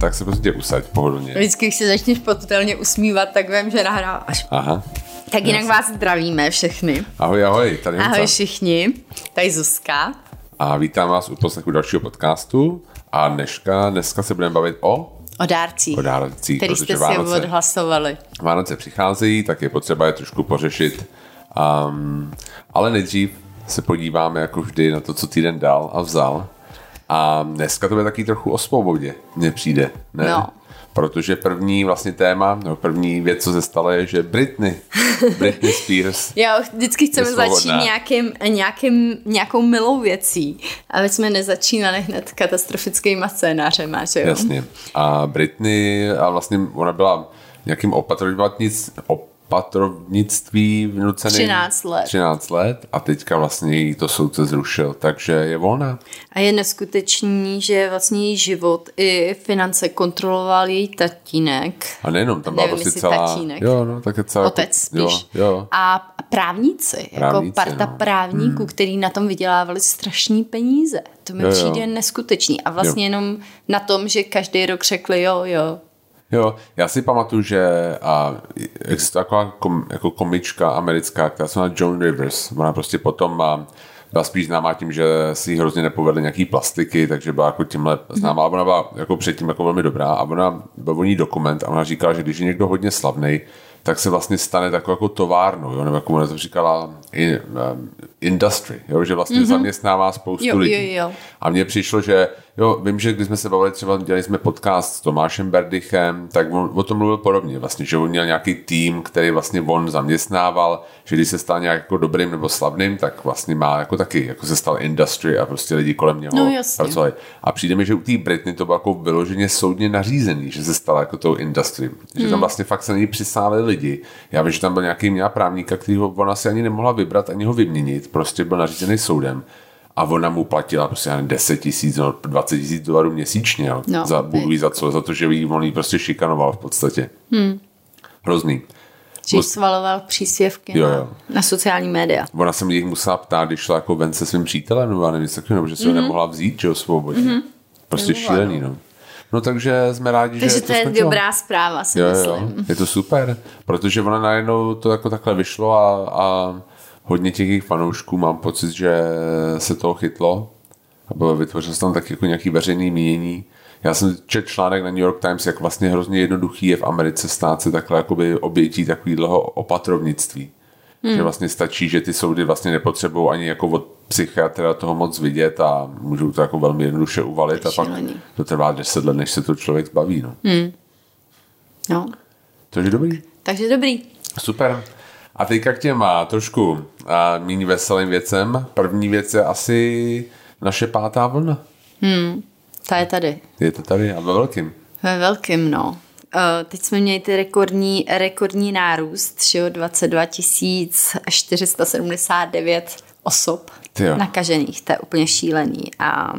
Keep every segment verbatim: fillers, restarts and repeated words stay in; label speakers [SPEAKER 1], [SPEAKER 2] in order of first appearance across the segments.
[SPEAKER 1] tak se prostě usaď pohodlně.
[SPEAKER 2] Vždycky, když se začneš potutelně usmívat, tak vím, že nahráváš.
[SPEAKER 1] Aha.
[SPEAKER 2] Tak jinak vás zdravíme všechny.
[SPEAKER 1] Ahoj, ahoj. Tady
[SPEAKER 2] ahoj všichni. Tady Zuzka.
[SPEAKER 1] A vítám vás u poslechu dalšího podcastu. A dneška, dneska se budeme bavit o...
[SPEAKER 2] O dárcích.
[SPEAKER 1] O dárcích.
[SPEAKER 2] Který jste si odhlasovali.
[SPEAKER 1] Vánoce přicházejí, tak je potřeba je trošku pořešit. Um, ale nejdřív se podíváme jako vždy na to, co týden dal a vzal. A dneska to bude taky trochu o svobodě, mně přijde, ne?
[SPEAKER 2] No.
[SPEAKER 1] Protože první vlastně téma, no první věc, co se stalo, je, že Britney, Britney Spears.
[SPEAKER 2] Jo, vždycky chceme začít nějakým, nějakým, nějakou milou věcí, aby jsme nezačínali hned katastrofickými scénářema, že jo?
[SPEAKER 1] Jasně. A Britney, a vlastně ona byla nějakým opatrovnictvím, opatrovnictví vnuceným
[SPEAKER 2] třináct let.
[SPEAKER 1] třináct let a teďka vlastně jí to soudce zrušil, takže je volná.
[SPEAKER 2] A je neskutečný, že vlastně její život i finance kontroloval její tatínek.
[SPEAKER 1] A nejenom, tam byla
[SPEAKER 2] Nevím,
[SPEAKER 1] prostě celá...
[SPEAKER 2] tatínek.
[SPEAKER 1] Jo, no, tak je celá...
[SPEAKER 2] Otec spíš.
[SPEAKER 1] Jo, jo.
[SPEAKER 2] A právníci, právníci, jako parta
[SPEAKER 1] no.
[SPEAKER 2] právníků,
[SPEAKER 1] hmm.
[SPEAKER 2] který na tom vydělávali strašný peníze. To mi jo, přijde jo. neskutečný. A vlastně jo. jenom na tom, že každý rok řekli jo, jo.
[SPEAKER 1] Jo, já si pamatuju, že a, existuje taková kom, jako komička americká, která se jmenuje Joan Rivers. Ona prostě potom a, byla spíš známá tím, že si jí hrozně nepovedly nějaký plastiky, takže byla jako tímhle známá. Ale ona byla jako předtím jako velmi dobrá a ona byl o ní dokument a ona říkala, že když je někdo hodně slavnej, tak se vlastně stane takovou jako továrnou, jo? Nebo jako ona to říkala in, um, industry, jo? Že vlastně mm-hmm. zaměstnává spoustu
[SPEAKER 2] jo,
[SPEAKER 1] lidí.
[SPEAKER 2] Jo, jo.
[SPEAKER 1] A mně přišlo, že jo, vím, že když jsme se bavili, třeba dělali jsme podcast s Tomášem Berdychem, tak on o tom mluvil podobně, vlastně, že on měl nějaký tým, který vlastně on zaměstnával, že když se stal nějak jako dobrým nebo slavným, tak vlastně má jako taky, jako se stal industry a prostě lidi kolem něho
[SPEAKER 2] no,
[SPEAKER 1] pracovali. A přijde mi, že u té Britney to bylo jako vyloženě soudně nařízený, že se stala jako tou industry. Že tam vlastně fakt se na ní přisáli lidi. Já vím, že tam byl nějaký měla právníka, kterýho ona si ani nemohla vybrat, ani ho vyměnit, prostě byl nařízený soudem. A ona mu platila prostě deset tisíc, no, dvacet tisíc dolarů měsíčně, jo,
[SPEAKER 2] no,
[SPEAKER 1] za bůh za co, za to, že jí, on jí prostě šikanoval v podstatě. Hmm. Hrozný.
[SPEAKER 2] Že jí svaloval příspěvky jo, jo. Na, na sociální média.
[SPEAKER 1] Ona se mě musela ptát, když šla jako ven se svým přítelem, nebo nevím, nebo že se ho mm-hmm. nemohla vzít, že jo, svobodně. Mm-hmm. Prostě nemohla, šílený, no. No takže jsme rádi,
[SPEAKER 2] takže
[SPEAKER 1] že
[SPEAKER 2] to, to je skončilo. Dobrá zpráva, si
[SPEAKER 1] jo,
[SPEAKER 2] myslím.
[SPEAKER 1] Jo, je to super, protože ona najednou to jako takhle vyšlo a, a hodně těch jejich fanoušků mám pocit, že se toho chytlo a vytvořil se tam tak jako nějaký veřejný mínění. Já jsem četl článek na New York Times, jak vlastně hrozně jednoduchý je v Americe stát se takhle jakoby obětí takového opatrovnictví. Hmm. Že vlastně stačí, že ty soudy vlastně nepotřebují ani jako od psychiatra toho moc vidět a můžou to jako velmi jednoduše uvalit a pak to trvá deset let, než se to člověk zbaví. No.
[SPEAKER 2] Hmm. No.
[SPEAKER 1] Takže dobrý.
[SPEAKER 2] Takže dobrý.
[SPEAKER 1] Super. A teďka k těm trošku méně veselým věcem. První věc je asi naše pátá vlna.
[SPEAKER 2] Hmm. Ta je tady.
[SPEAKER 1] Je to tady a ve velkým.
[SPEAKER 2] Ve velkým, no. Uh, teď jsme měli ty rekordní, rekordní nárůst, že jo, dvacet dva tisíc čtyři sta sedmdesát devět osob Tyjo. nakažených. To je úplně šílený. A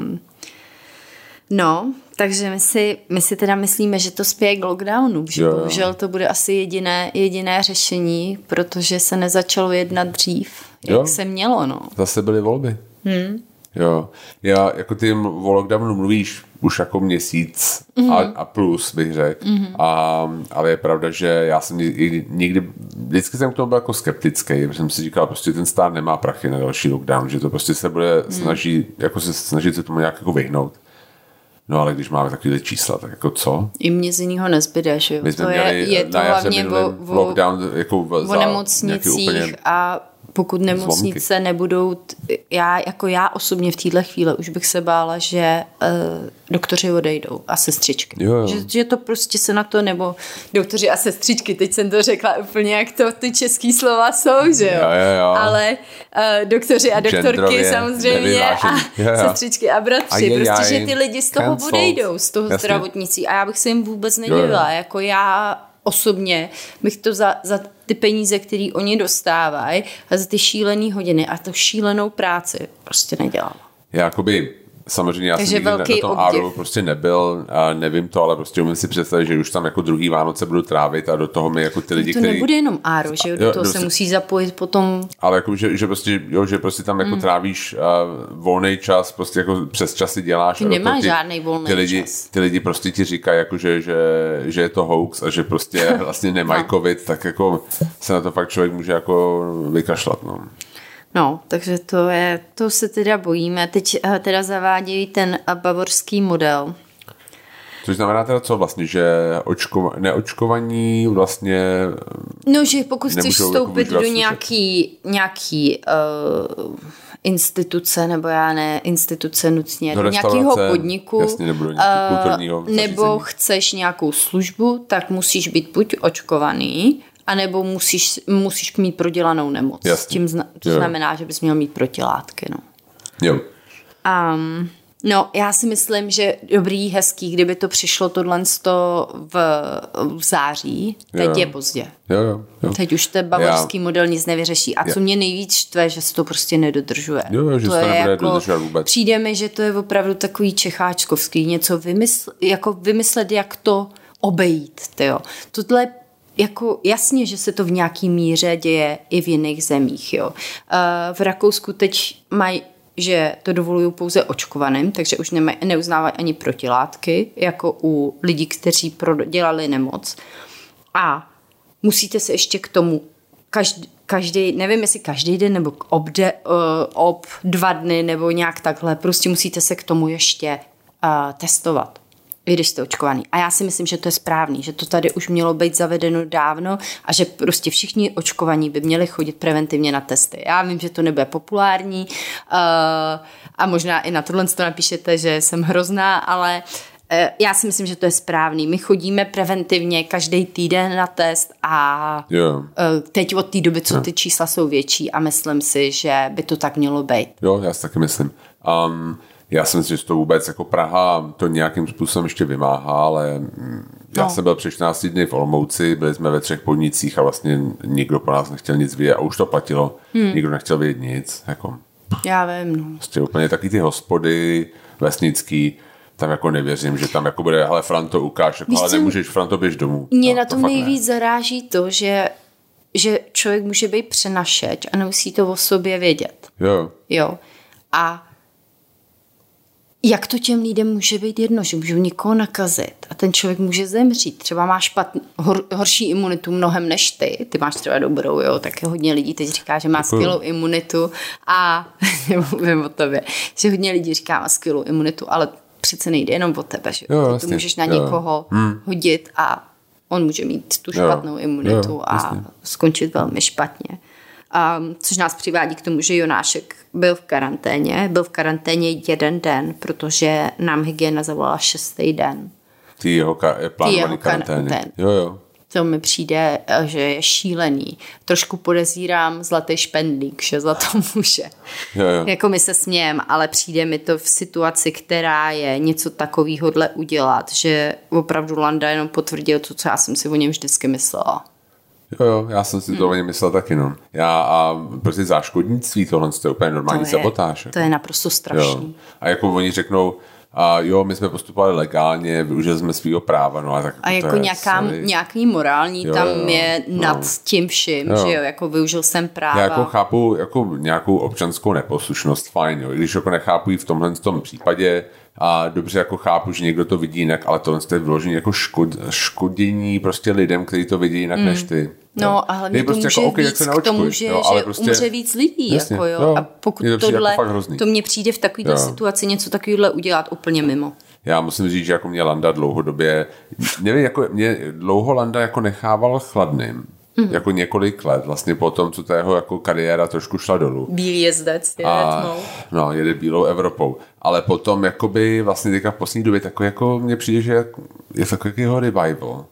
[SPEAKER 2] no, takže my si, my si teda myslíme, že to spěje k lockdownu, že jo. Bohužel to bude asi jediné, jediné řešení, protože se nezačalo jednat dřív, jak jo. se mělo, no.
[SPEAKER 1] Zase byly volby.
[SPEAKER 2] Hmm.
[SPEAKER 1] Jo, já jako ty o lockdownu mluvíš už jako měsíc mm-hmm. a, a plus bych řekl, mm-hmm. a, ale je pravda, že já jsem nikdy, vždycky jsem k tomu byl jako skeptický, protože jsem si říkal, prostě ten stát nemá prachy na další lockdown, že to prostě se bude mm. snažit, jako se snažit se tomu nějak jako vyhnout. No ale když máme takovýhle čísla, tak jako co?
[SPEAKER 2] I mě z jiného nezbyde, že jo? To je, je to hlavně o,
[SPEAKER 1] lockdown, jako v,
[SPEAKER 2] o nemocnicích úplně... a pokud nemocnice zlomky. nebudou, t- já jako já osobně v téhle chvíli už bych se bála, že uh, doktoři odejdou a sestřičky.
[SPEAKER 1] Jo, jo.
[SPEAKER 2] Že, že to prostě se na to, nebo doktoři a sestřičky, teď jsem to řekla úplně, jak to ty český slova jsou, že jo?
[SPEAKER 1] jo, jo, jo.
[SPEAKER 2] Ale uh, doktoři a doktorky
[SPEAKER 1] Genderově,
[SPEAKER 2] samozřejmě a
[SPEAKER 1] jo, jo.
[SPEAKER 2] sestřičky a bratři,
[SPEAKER 1] a je,
[SPEAKER 2] prostě,
[SPEAKER 1] je,
[SPEAKER 2] že ty lidi z toho
[SPEAKER 1] cancelled.
[SPEAKER 2] odejdou, z toho
[SPEAKER 1] Jasně.
[SPEAKER 2] zdravotnictví a já bych se jim vůbec nedivila,
[SPEAKER 1] jo, jo.
[SPEAKER 2] jako já osobně bych to za, za ty peníze, které oni dostávají a za ty šílené hodiny a tu šílenou práci prostě nedělala.
[SPEAKER 1] Já jakoby samozřejmě já Takže jsem nikdy na tom Áru prostě nebyl a nevím to, ale prostě umím si představit, že už tam jako druhý Vánoce budu trávit a do toho mi jako ty lidi,
[SPEAKER 2] to který... nebude jenom Áru, že jo, do jo, toho se musí zapojit potom...
[SPEAKER 1] Ale jako, že, že prostě, jo, že prostě tam jako mm. trávíš uh, volný čas, prostě jako přes časy děláš.
[SPEAKER 2] Ty nemáš žádný volný
[SPEAKER 1] ty lidi,
[SPEAKER 2] čas.
[SPEAKER 1] Ty lidi prostě ti říkají, jako, že, že, že je to hoax a že prostě vlastně nemají no. covid, tak jako se na to fakt člověk může jako vykašlat, no.
[SPEAKER 2] No, takže to je, to se teda bojíme. Teď teda zavádějí ten bavorský model.
[SPEAKER 1] Což znamená teda co vlastně, že očkova, neočkovaní vlastně...
[SPEAKER 2] No, že pokud chceš vstoupit do nějaký, nějaký uh, instituce, nebo já ne, instituce nutně, do, do nějakého podniku,
[SPEAKER 1] jasně, nebo, do uh, kulturního
[SPEAKER 2] nebo chceš nějakou službu, tak musíš být buď očkovaný, anebo musíš, musíš mít prodělanou nemoc.
[SPEAKER 1] Jasně.
[SPEAKER 2] Tím zna, to jo. znamená, že bys měl mít protilátky. No.
[SPEAKER 1] Jo.
[SPEAKER 2] Um, no, já si myslím, že dobrý, hezký, kdyby to přišlo tohle v, v září, teď jo. je pozdě.
[SPEAKER 1] Jo, jo, jo.
[SPEAKER 2] Teď už ten bavorský já. model nic nevyřeší. A co já. mě nejvíc štve, že se to prostě nedodržuje.
[SPEAKER 1] Jo, jo, že to, to nebude jako, dodržovat vůbec.
[SPEAKER 2] Přijde mi, že to je opravdu takový čecháčkovský, něco vymysl, jako vymyslet, jak to obejít. Tyjo. Tohle jako jasně, že se to v nějaký míře děje i v jiných zemích. Jo. V Rakousku teď mají, že to dovolují pouze očkovaným, takže už nemaj, neuznávají ani protilátky, jako u lidí, kteří prodělali nemoc. A musíte se ještě k tomu každý, každý nevím, jestli každý den nebo obde, ob dva dny nebo nějak takhle, prostě musíte se k tomu ještě uh, testovat, i když jste očkovaný. A já si myslím, že to je správný, že to tady už mělo být zavedeno dávno a že prostě všichni očkovaní by měli chodit preventivně na testy. Já vím, že to nebude populární uh, a možná i na tohle to napíšete, že jsem hrozná, ale uh, já si myslím, že to je správný. My chodíme preventivně každý týden na test a
[SPEAKER 1] yeah.
[SPEAKER 2] uh, teď od té doby, co ty čísla jsou větší a myslím si, že by to tak mělo být.
[SPEAKER 1] Jo, já si taky myslím. Um, Já si myslím, že to vůbec jako Praha to nějakým způsobem ještě vymáhá, ale já no. jsem byl před čtrnácti dny v Olomouci, byli jsme ve třech podnicích a vlastně nikdo po nás nechtěl nic vědět a už to platilo. Hmm. Nikdo nechtěl vědět nic. Jako,
[SPEAKER 2] já vím, no.
[SPEAKER 1] Prostě úplně taky ty hospody vesnický, tam jako nevěřím, že tam jako bude, hele Franto, ukáž, jako, ale nemůžeš, Franto, běž domů.
[SPEAKER 2] Mě
[SPEAKER 1] no,
[SPEAKER 2] na tom to nejvíc ne. zaráží to, že, že člověk může být přenašeč a nemusí to o sobě vědět.
[SPEAKER 1] Jo.
[SPEAKER 2] Jo. A jak to těm lidem může být jedno, že můžou někoho nakazit a ten člověk může zemřít. Třeba má špatný, hor, horší imunitu mnohem než ty. Ty máš třeba dobrou, jo, taky hodně lidí teď říká, že má skvělou imunitu a nemluvím o tobě, že hodně lidí říká, má skvělou imunitu, ale přece nejde jenom o tebe, že jo. Ty to můžeš na jo. někoho hmm. hodit a on může mít tu špatnou jo. imunitu jo, a jasně. skončit velmi špatně. Um, což nás přivádí k tomu, že Jonášek byl v karanténě. Byl v karanténě jeden den, protože nám hygiena zavolala šestý den.
[SPEAKER 1] Ty jeho ka- plánovaný karantény. Karantén. Jo, jo.
[SPEAKER 2] To mi přijde, že je šílený. Trošku podezírám zlatý špendlík, že za to může.
[SPEAKER 1] Jo, jo.
[SPEAKER 2] Jako my se smějeme, ale přijde mi to v situaci, která je něco takovýhodle udělat, že opravdu Landa jenom potvrdil to, co já jsem si o něm vždycky myslela.
[SPEAKER 1] Jo, jo, já jsem si to o něm myslel taky, no. Já a prostě záškodnictví, tohle je úplně normální sabotáž.
[SPEAKER 2] To je naprosto strašný.
[SPEAKER 1] A jako oni řeknou, a jo, my jsme postupovali legálně, využili jsme svýho práva, no a tak.
[SPEAKER 2] A jako nějaká, nějaký morální jo, tam je no, nad tím vším, jo. že jo, jako využil jsem práva.
[SPEAKER 1] Já jako chápu jako nějakou občanskou neposlušnost, fajn, jo, i když jako nechápu v tomhle tom případě, a dobře jako chápu, že někdo to vidí jinak, ale tohle je vyložený jako škod, škodění prostě lidem, kteří to vidí jinak mm. než ty.
[SPEAKER 2] No jo. A hlavně
[SPEAKER 1] prostě
[SPEAKER 2] to může
[SPEAKER 1] jako,
[SPEAKER 2] víc
[SPEAKER 1] okay,
[SPEAKER 2] k tomu, že, jo, že prostě, umře víc lidí. Jasně, jako, jo. Jo. A pokud to tohle, jako to mně přijde v takové situaci něco takovýhle udělat úplně mimo.
[SPEAKER 1] Já musím říct, že jako mě Landa dlouhodobě, nevím, jako mě dlouho Landa jako nechával chladným. Mm. Jako několik let, vlastně po tom, co ta jeho jako kariéra trošku šla dolů.
[SPEAKER 2] Bílý jezdec, jede tmou.
[SPEAKER 1] No, jede bílou Evropou. Ale potom, jakoby, vlastně teďka v poslední době, takový, jako mně přijde, že je takový jeho revival.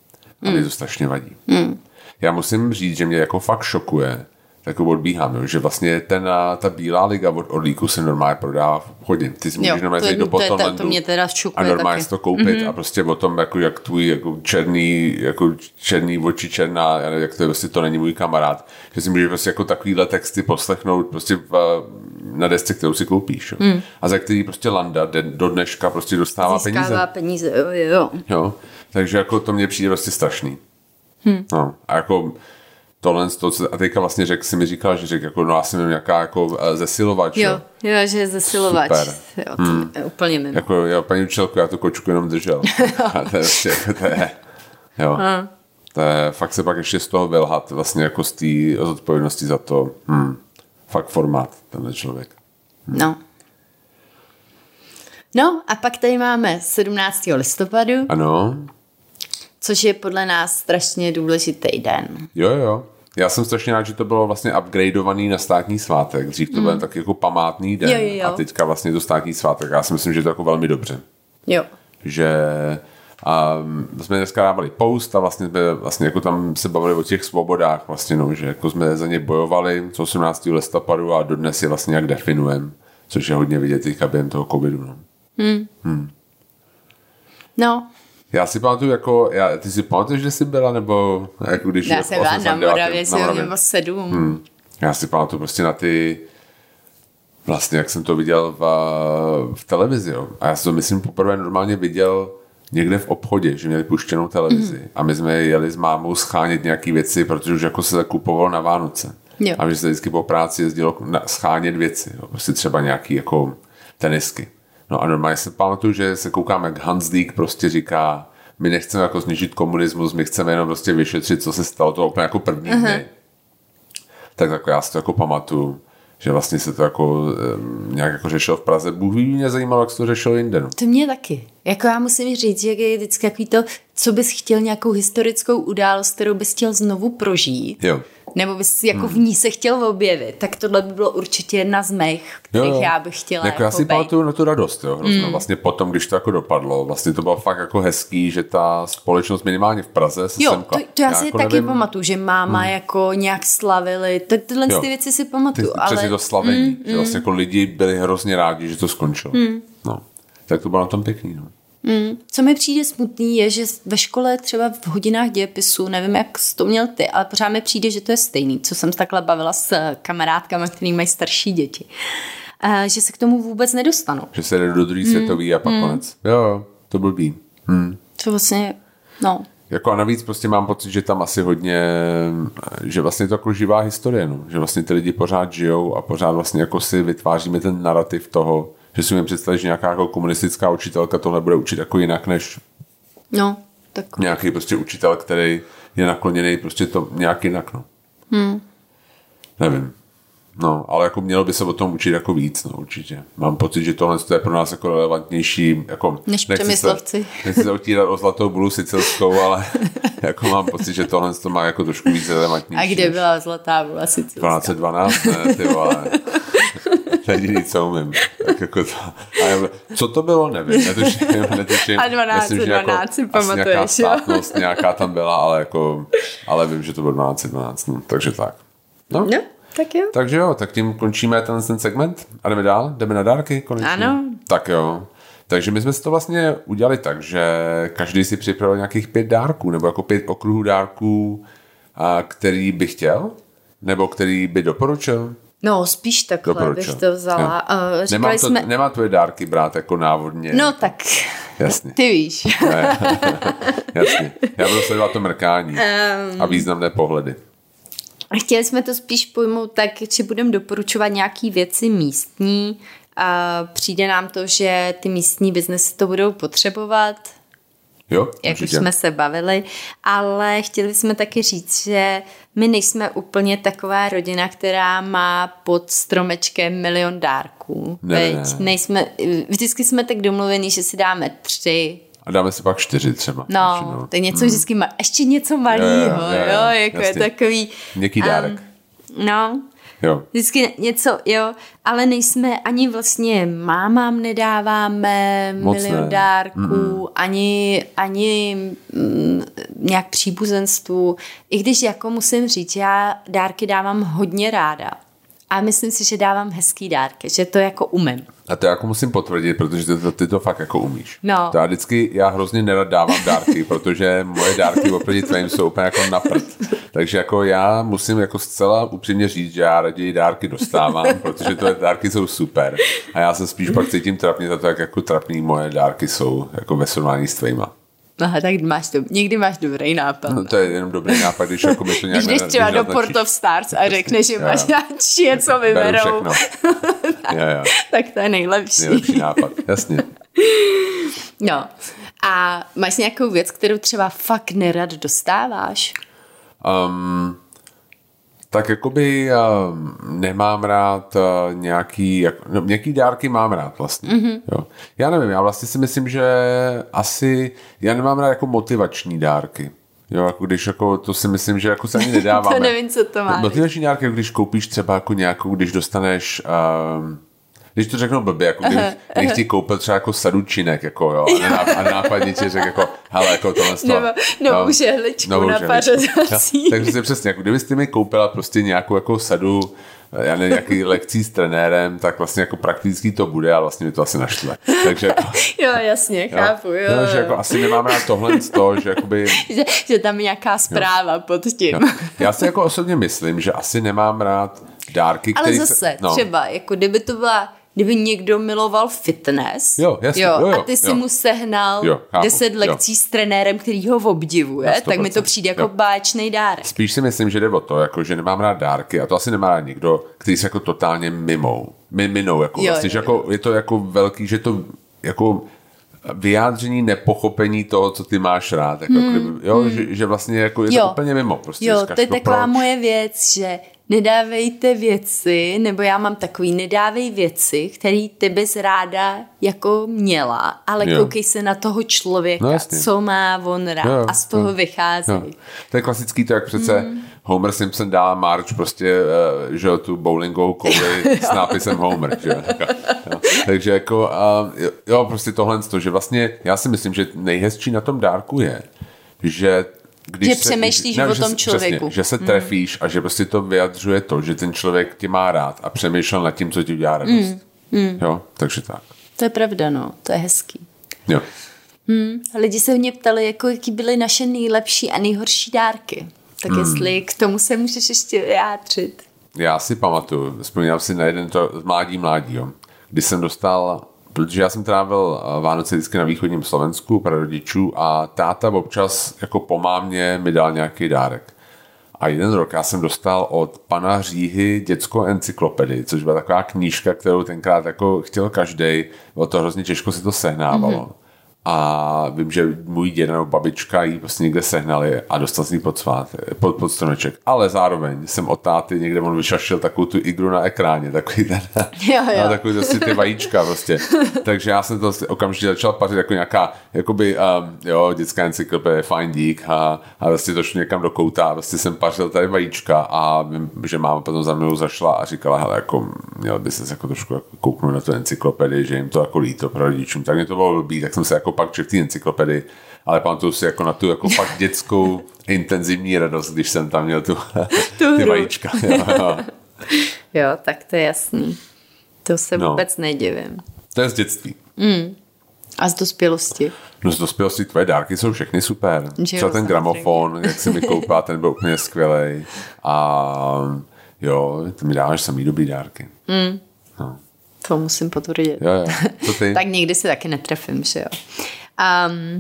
[SPEAKER 1] A mě to strašně vadí.
[SPEAKER 2] Mm.
[SPEAKER 1] Já musím říct, že mě jako fakt šokuje, tak odbíhám, jo, že vlastně ten, ta bílá liga od Orlíku se normálně prodává v obchodě. Ty si můžeš normálně jít do Portlandu
[SPEAKER 2] a
[SPEAKER 1] normálně si to koupit mm-hmm. a prostě o tom, jako, jak tvůj jako černý, jako černý oči černá, jak to je, prostě to není můj kamarád, že si můžeš prostě jako takovýhle texty poslechnout prostě v, na desce, kterou si koupíš. Jo. Hmm. A za který prostě Landa do dneška prostě dostává
[SPEAKER 2] Získává
[SPEAKER 1] peníze.
[SPEAKER 2] peníze, jo, jo.
[SPEAKER 1] jo. Takže jako to mně přijde prostě strašný. Hmm. No. A jako tohle, to, co, a teďka vlastně řek, si mi říkal, že řek, jako, no já jsem měl nějaká jako zesilovač.
[SPEAKER 2] Jo, jo, jo, že je zesilovač.
[SPEAKER 1] Super.
[SPEAKER 2] Jo, to hmm. je úplně mimo.
[SPEAKER 1] Jako, jo, paní učitelko, já tu kočku jenom držel. A to je prostě, jako to je, jo. Hmm. To je, fakt se pak ještě z toho vylhat, vlastně jako z té zodpovědnosti za to, hmm, fakt formát, tenhle člověk.
[SPEAKER 2] Hmm. No. No a pak tady máme sedmnáctého listopadu.
[SPEAKER 1] Ano.
[SPEAKER 2] Což je podle nás strašně důležitý den.
[SPEAKER 1] Jo, jo. Já jsem strašně rád, že to bylo vlastně upgradeovaný na státní svátek. Dřív to mm. byl tak jako památný den.
[SPEAKER 2] Jo, jo, jo.
[SPEAKER 1] A teďka vlastně to státní svátek. Já si myslím, že to je jako velmi dobře.
[SPEAKER 2] Jo.
[SPEAKER 1] Že a jsme dneska dávali post a vlastně jsme vlastně jako tam se bavili o těch svobodách vlastně, no, že jako jsme za ně bojovali z osmnáctého listopadu a dodnes je vlastně jak definujeme, což je hodně vidět teďka během toho covidu. No.
[SPEAKER 2] Hmm. Hmm. No.
[SPEAKER 1] Já si pamatuju, jako, já, ty si pamatuješ, že jsi byla, nebo jako když...
[SPEAKER 2] Já jsem byla na Moravě, jsem nebo sedm. Hmm.
[SPEAKER 1] Já si pamatuju prostě na ty, vlastně jak jsem to viděl v, v televizi, jo. A já jsem to myslím poprvé normálně viděl někde v obchodě, že měli puštěnou televizi. Mm. A my jsme jeli s mámou schánět nějaký věci, protože už jako se kupovalo na Vánoce. Jo. A že se vždycky po práci jezdilo schánět věci, jo. Prostě třeba nějaký jako tenisky. No a normálně se pamatuju, že se koukám, jak Hanslík prostě říká, my nechceme jako zničit komunismus, my chceme jenom prostě vyšetřit, co se stalo, to úplně jako první uh-huh. dny. Tak, tak já si to jako pamatuju, že vlastně se to jako nějak jako řešilo v Praze. Bůh ví, mě zajímalo, jak se to řešilo jinde. No.
[SPEAKER 2] To mě taky. Jako já musím říct, že je vždycky takový to, co bys chtěl, nějakou historickou událost, kterou bys chtěl znovu prožít. Jo. Nebo bys jako hmm. v ní se chtěl objevit, tak tohle by bylo určitě jedna z mých, kterých jo, jo. já bych chtěla jako,
[SPEAKER 1] jako já si pamatuju na tu radost, jo, hrozno. Mm. Vlastně potom, když to jako dopadlo, vlastně to bylo fakt jako hezký, že ta společnost minimálně v Praze se
[SPEAKER 2] jo,
[SPEAKER 1] semkla.
[SPEAKER 2] to, to já, já si jako taky nevím, pamatuju, že máma hmm. jako nějak slavili, to, tyhle jo. ty věci si pamatuju.
[SPEAKER 1] Ty,
[SPEAKER 2] ale...
[SPEAKER 1] Přesně to slavení, mm, že vlastně jako lidi byli hrozně rádi, že to skončilo. Mm. No, tak to bylo na tom pěkný, no.
[SPEAKER 2] Mm. Co mi přijde smutný je, že ve škole třeba v hodinách dějepisu, nevím, jak jsi to měl ty, ale pořád mi přijde, že to je stejný, co jsem takhle bavila s kamarádkami, který mají starší děti. Uh, že se k tomu vůbec nedostanou.
[SPEAKER 1] Že se jde do druhý mm. světový a pak mm. konec. Jo, to blbý. Mm.
[SPEAKER 2] To vlastně, no.
[SPEAKER 1] Jako a navíc prostě mám pocit, že tam asi hodně, že vlastně to jako živá historie, no. Že vlastně ty lidi pořád žijou a pořád vlastně jako si vytváříme ten narrativ toho, že si umím představit, že nějaká jako komunistická učitelka tohle bude učit jako jinak než
[SPEAKER 2] no, tak.
[SPEAKER 1] nějaký prostě učitel, který je nakloněný prostě to nějak jinak, no. Hmm. Nevím. No, ale jako mělo by se o tom učit jako víc, no, určitě. Mám pocit, že tohle je pro nás jako relevantnější, jako...
[SPEAKER 2] Než přemyslovci.
[SPEAKER 1] Nechci se otírat o zlatou bulu sicilskou, ale jako mám pocit, že tohle to má jako trošku víc relevantnější.
[SPEAKER 2] A kde byla zlatá bula sicilská?
[SPEAKER 1] dvanáct dvanáct, ne, ty vole. To je jediný, co umím. Tak jako to. A já, co to bylo, nevím. Netuším, netuším.
[SPEAKER 2] A dvanáct dvanáct si pamatuješ,
[SPEAKER 1] nějaká státnost, nějaká tam byla, ale jako, ale vím, že to bylo dvanáct dvanáct, no, takže tak. No.
[SPEAKER 2] no, tak jo.
[SPEAKER 1] Takže jo, tak tím končíme ten, ten segment a jdeme dál, jdeme na dárky konečně.
[SPEAKER 2] Ano.
[SPEAKER 1] Tak jo. Takže my jsme si to vlastně udělali tak, že každý si připravil nějakých pět dárků, nebo jako pět okruhů dárků, který by chtěl, nebo který by doporučil.
[SPEAKER 2] No, spíš takhle doporučil. Bych to vzala. Uh,
[SPEAKER 1] nemám, to,
[SPEAKER 2] jsme...
[SPEAKER 1] nemám tvoje dárky brát jako návodně.
[SPEAKER 2] No tak,
[SPEAKER 1] jasně.
[SPEAKER 2] Ty víš.
[SPEAKER 1] Jasně, já budu sledovat to mrkání um... a významné pohledy.
[SPEAKER 2] Chtěli jsme to spíš pojmout tak, že budeme doporučovat nějaký věci místní a přijde nám to, že ty místní biznesy to budou potřebovat.
[SPEAKER 1] Jo,
[SPEAKER 2] jak už jsme se bavili, ale chtěli jsme taky říct, že my nejsme úplně taková rodina, která má pod stromečkem milion dárků.
[SPEAKER 1] Ne, ne.
[SPEAKER 2] Nejsme, vždycky jsme tak domluvení, že si dáme tři.
[SPEAKER 1] A dáme si pak čtyři třeba.
[SPEAKER 2] No, no. tak něco hmm. vždycky má, ještě něco malého, jo, jo, jo, jo, jako jasný. Je takový.
[SPEAKER 1] Měkký dárek.
[SPEAKER 2] Um, no,
[SPEAKER 1] jo.
[SPEAKER 2] Vždycky něco, jo, ale nejsme ani vlastně mámám nedáváme
[SPEAKER 1] moc
[SPEAKER 2] milion
[SPEAKER 1] ne.
[SPEAKER 2] dárků,
[SPEAKER 1] mm.
[SPEAKER 2] ani, ani mm, nějak příbuzenstvu. I když jako musím říct, já dárky dávám hodně ráda, A myslím si, že dávám hezký dárky, že to jako umím.
[SPEAKER 1] A to jako musím potvrdit, protože ty to, ty to fakt jako umíš.
[SPEAKER 2] No.
[SPEAKER 1] To já vždycky, já hrozně nerad dávám dárky, protože moje dárky oproti tvým jsou úplně jako na prd. Takže jako já musím jako zcela upřímně říct, že já raději dárky dostávám, protože ty dárky jsou super. A já se spíš pak cítím trapně za to, jak jako trapný moje dárky jsou jako ve srovnání s tvýma.
[SPEAKER 2] Aha, tak máš to, někdy máš dobrý nápad.
[SPEAKER 1] No, to je jenom dobrý nápad, když jako mi to nějak...
[SPEAKER 2] Když jdeš třeba do Port of Stars a řekneš, že máš nějaké, co vyberou. tak,
[SPEAKER 1] jo, jo.
[SPEAKER 2] tak to je nejlepší.
[SPEAKER 1] Nejlepší nápad, jasně.
[SPEAKER 2] No, a máš nějakou věc, kterou třeba fakt nerad dostáváš?
[SPEAKER 1] Um, tak jakoby um, nemám rád uh, nějaký, jak, no, nějaký dárky mám rád vlastně. Mm-hmm. Jo. Já nevím, já vlastně si myslím, že asi, já nemám rád jako motivační dárky. Jo, jako když jako, to si myslím, že jako se ani nedáváme.
[SPEAKER 2] To nevím, co to má.
[SPEAKER 1] Motivační dárky, když koupíš třeba jako nějakou, když dostaneš... Um, když to řeknu blbě, jako když, když ti koupil třeba jako sadu činek, jako jo, a nápadně ti řekl jako, hele, jako tohle
[SPEAKER 2] sto. Nebo novou žehličku na pařezací.
[SPEAKER 1] Takže si přesně, jako kdybyste mi koupila prostě nějakou jako sadu, já nevím, nějaký lekcí s trenérem, tak vlastně jako prakticky to bude, ale vlastně mi to asi naštve. Takže jako,
[SPEAKER 2] jo, jasně, chápu, jo.
[SPEAKER 1] jo. No, že jako asi nemám rád tohle z toho, že jakoby...
[SPEAKER 2] že, že tam je nějaká zpráva jo. pod tím.
[SPEAKER 1] Jo. Já si jako osobně myslím, že asi nemám rád dárky,
[SPEAKER 2] ale
[SPEAKER 1] který...
[SPEAKER 2] Ale zase,
[SPEAKER 1] se, no.
[SPEAKER 2] třeba, jako kdyby to byla... Kdyby někdo miloval fitness
[SPEAKER 1] jo, jasně,
[SPEAKER 2] jo,
[SPEAKER 1] jo, jo,
[SPEAKER 2] a ty si
[SPEAKER 1] jo.
[SPEAKER 2] mu sehnal
[SPEAKER 1] jo,
[SPEAKER 2] deset lekcí jo. s trenérem, který ho obdivuje, tak mi to přijde jako jo. báječný dárek.
[SPEAKER 1] Spíš si myslím, že jde o to, jako, že nemám rád dárky a to asi nemá rád nikdo, který se jako totálně mimou. Minou, jako jo, vlastně, jo, že jako, je to jako velký, že to jako vyjádření nepochopení toho, co ty máš rád. Jako, hmm, kdyby, jo, hmm. že, že vlastně jako je
[SPEAKER 2] jo.
[SPEAKER 1] to úplně mimo. Prostě
[SPEAKER 2] jo, to je taková proč? Moje věc, že nedávejte věci, nebo já mám takový, nedávej věci, který ty bys ráda jako měla, ale jo. koukej se na toho člověka, no, co má on rád jo, a z toho jo, vychází. Jo.
[SPEAKER 1] To je klasický, to jak přece hmm. Homer Simpson dá Marge prostě, uh, že tu bowlingovou kouli s nápisem Homer, že jo. Takže jako, uh, jo, prostě tohle, že vlastně, já si myslím, že nejhezčí na tom dárku je, že Když
[SPEAKER 2] že se, přemýšlíš ne, o tom člověku.
[SPEAKER 1] Přesně, že se trefíš mm. a že prostě to vyjadřuje to, že ten člověk tě má rád a přemýšlel nad tím, co ti udělá radost. Mm. Mm. Jo, takže tak.
[SPEAKER 2] To je pravda, no. To je hezký.
[SPEAKER 1] Jo.
[SPEAKER 2] Mm. Lidi se mě ptali, jako, jaký byly naše nejlepší a nejhorší dárky. Tak mm. jestli k tomu se můžeš ještě vyjádřit.
[SPEAKER 1] Já si pamatuju, vzpomínám si na jeden to mládí mládí, jo. Kdy jsem dostal... Protože já jsem trávil Vánoce vždycky na východním Slovensku pro rodičů a táta občas jako po mámě mi dal nějaký dárek. A jeden rok já jsem dostal od pana Říhy dětskou encyklopedii, což byla taková knížka, kterou tenkrát jako chtěl každej, bylo to hrozně těžko se to sehnávalo. Mm-hmm. A vím, že můj děda nebo babička jí prostě někde sehnali a dostal jsem ji pod, pod, pod stromeček. Ale zároveň jsem od táty někde on vyšašil takovou tu igru na ekráně, takový ten,
[SPEAKER 2] jo, jo.
[SPEAKER 1] A takový prostě ty vajíčka prostě. Takže já jsem to okamžitě začal pařit jako nějaká, jakoby, um, jo, dětská encyklopedie, fajn dík a, a vlastně to šlo někam do kouta a vlastně jsem pařil tady vajíčka a vím, že máma potom za mnou zašla a říkala, hele, jako měl by se jako trošku jako kouknout na tu encyklopedii, že jim to jako líto pro rodičům. Tak mě to bylo blbý, tak jsem se jako pak četl ty encyklopedii, ale pamatuju si jako na tu jako fakt dětskou intenzivní radost, když jsem tam měl tu, ty vajíčka. Jo, jo.
[SPEAKER 2] jo, tak to je jasný. To se
[SPEAKER 1] no.
[SPEAKER 2] vůbec nedivím.
[SPEAKER 1] To je z dětství.
[SPEAKER 2] Mm. A z dospělosti?
[SPEAKER 1] No z dospělosti tvoje dárky jsou všechny super. Že třeba ten gramofon, jak se mi koupá, ten byl úplně skvělej. A jo, ty mi dáváš samý dobrý dárky.
[SPEAKER 2] Mm.
[SPEAKER 1] No.
[SPEAKER 2] To musím potvrdit.
[SPEAKER 1] Jo, jo. Co ty?
[SPEAKER 2] Tak někdy se taky netrefím, že jo. Um,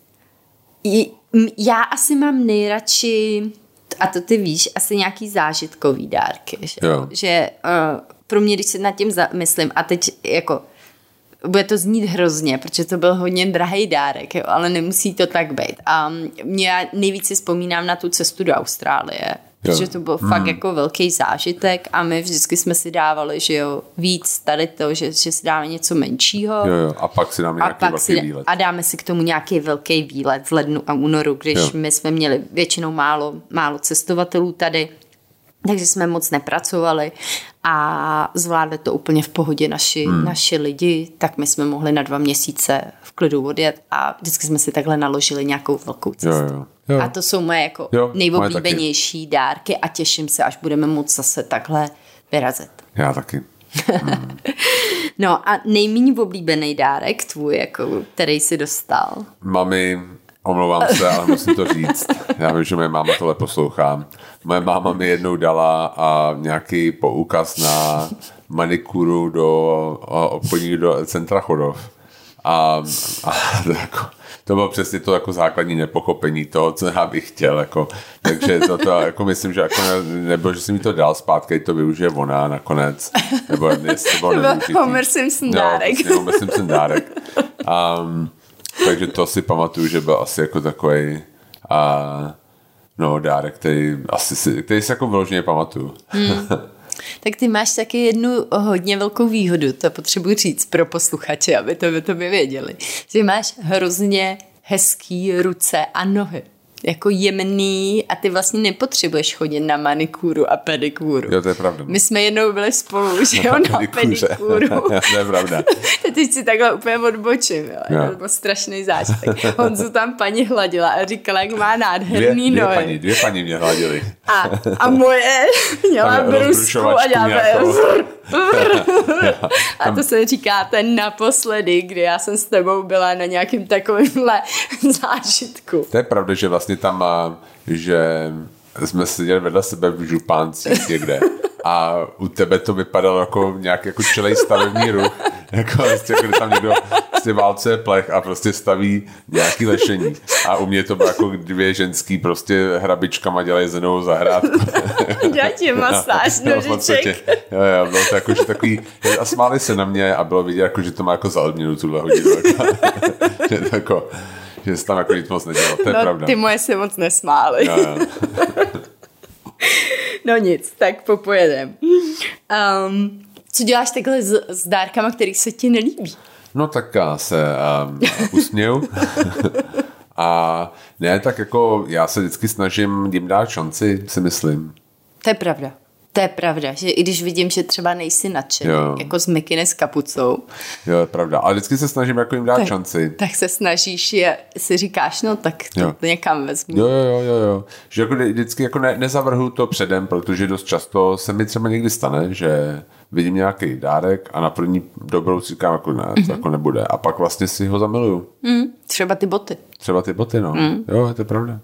[SPEAKER 2] já asi mám nejradši, a to ty víš, asi nějaký zážitkový dárky. Že,
[SPEAKER 1] jo.
[SPEAKER 2] že uh, pro mě, když se nad tím zamyslím, a teď jako bude to znít hrozně, protože to byl hodně drahý dárek, jo, ale nemusí to tak být. A já nejvíc si vzpomínám na tu cestu do Austrálie, protože to byl hmm. fakt jako velký zážitek a my vždycky jsme si dávali, že jo, víc tady to, že, že si dáme něco menšího.
[SPEAKER 1] Jo, jo. A pak si dáme nějaký velký
[SPEAKER 2] si,
[SPEAKER 1] výlet.
[SPEAKER 2] A dáme si k tomu nějaký velký výlet v lednu a únoru, když jo. my jsme měli většinou málo, málo cestovatelů tady, takže jsme moc nepracovali a zvládli to úplně v pohodě naši, hmm. naši lidi, tak my jsme mohli na dva měsíce v klidu odjet a vždycky jsme si takhle naložili nějakou velkou cestu.
[SPEAKER 1] Jo, jo. Jo.
[SPEAKER 2] A to jsou moje jako jo, nejoblíbenější moje dárky a těším se, až budeme moct zase takhle vyrazit.
[SPEAKER 1] Já taky. Hmm.
[SPEAKER 2] No a nejméně oblíbený dárek tvůj, jako, který jsi dostal?
[SPEAKER 1] Mami, omlouvám se, ale musím to říct. Já vím, že moje máma tohle poslouchá. Moje máma mi jednou dala a nějaký poukaz na manikuru do obchodní do centra Chodov. A, a to, jako, to bylo přesně to jako základní nepochopení toho, co já bych chtěl. Jako. Takže to, to jako myslím, že jako ne, nebo že si mi to dal zpátky, to využije ona nakonec. Nebo jestli to bylo
[SPEAKER 2] Homer Simpson dárek.
[SPEAKER 1] No, Homer Simpson dárek. Um, takže to si pamatuju, že byl asi jako takový uh, no, dárek, který, asi si, který si jako vyloženě pamatuju. Hmm.
[SPEAKER 2] Tak ty máš taky jednu hodně velkou výhodu, to potřebuji říct pro posluchače, aby to by to by věděli. Že máš hrozně hezký ruce a nohy. Jako jemný a ty vlastně nepotřebuješ chodit na manikúru a pedikúru.
[SPEAKER 1] Jo, to je pravda.
[SPEAKER 2] My jsme jednou byli spolu, že jo, na pedikúru.
[SPEAKER 1] To je pravda.
[SPEAKER 2] Teď si takhle úplně odbočím, jo. jo. To byl strašný zážitek. Honzu tam paní hladila a říkala, jak má nádherný
[SPEAKER 1] dvě,
[SPEAKER 2] nohy.
[SPEAKER 1] Dvě paní, dvě paní mě hladily.
[SPEAKER 2] A, a moje měla brusku a dělala a to se říká ten naposledy, kdy já jsem s tebou byla na nějakým takovýmhle zážitku.
[SPEAKER 1] To je pravda, že vlastně tam, že jsme seděli vedle sebe v župáncích někde a u tebe to vypadalo jako nějaký jako čelej stavební ruch, jako vlastně, kdy tam někdo prostě válcuje plech a prostě staví nějaký lešení. A u mě to bylo jako dvě ženský prostě hrabičkama dělají zenou zahrádku.
[SPEAKER 2] Dělají ti masáž nožiček.
[SPEAKER 1] Jo, jo, bylo to jako, že takový, a smáli se na mě a bylo vidět, jako, že to má jako za odměnu tuhle hodinu. Že to jako, že se tam jako nic moc nedělo, to je
[SPEAKER 2] no,
[SPEAKER 1] pravda.
[SPEAKER 2] Ty moje se moc nesmály.
[SPEAKER 1] Jo, jo.
[SPEAKER 2] No nic, tak popojedem. Um, co děláš takhle s, s dárkama, který se ti nelíbí?
[SPEAKER 1] No tak já se um, usměju. A ne, tak jako já se vždycky snažím jim dát šanci, si myslím.
[SPEAKER 2] To je pravda. To je pravda, že i když vidím, že třeba nejsi nadšený, jako s mikiny s kapucou.
[SPEAKER 1] Jo, je pravda. Ale vždycky se snažím jako jim dát
[SPEAKER 2] tak,
[SPEAKER 1] šanci.
[SPEAKER 2] Tak se snažíš, je, si říkáš, no tak to, to někam vezmu.
[SPEAKER 1] Jo, jo, jo, jo. Že jako vždycky jako ne, nezavrhu to předem, protože dost často se mi třeba někdy stane, že vidím nějaký dárek a na první dobrou si říkám, jako ne, to mm-hmm. jako nebude. A pak vlastně si ho zamiluju.
[SPEAKER 2] Mm, třeba ty boty.
[SPEAKER 1] Třeba ty boty, no. Mm. Jo, to je pravda.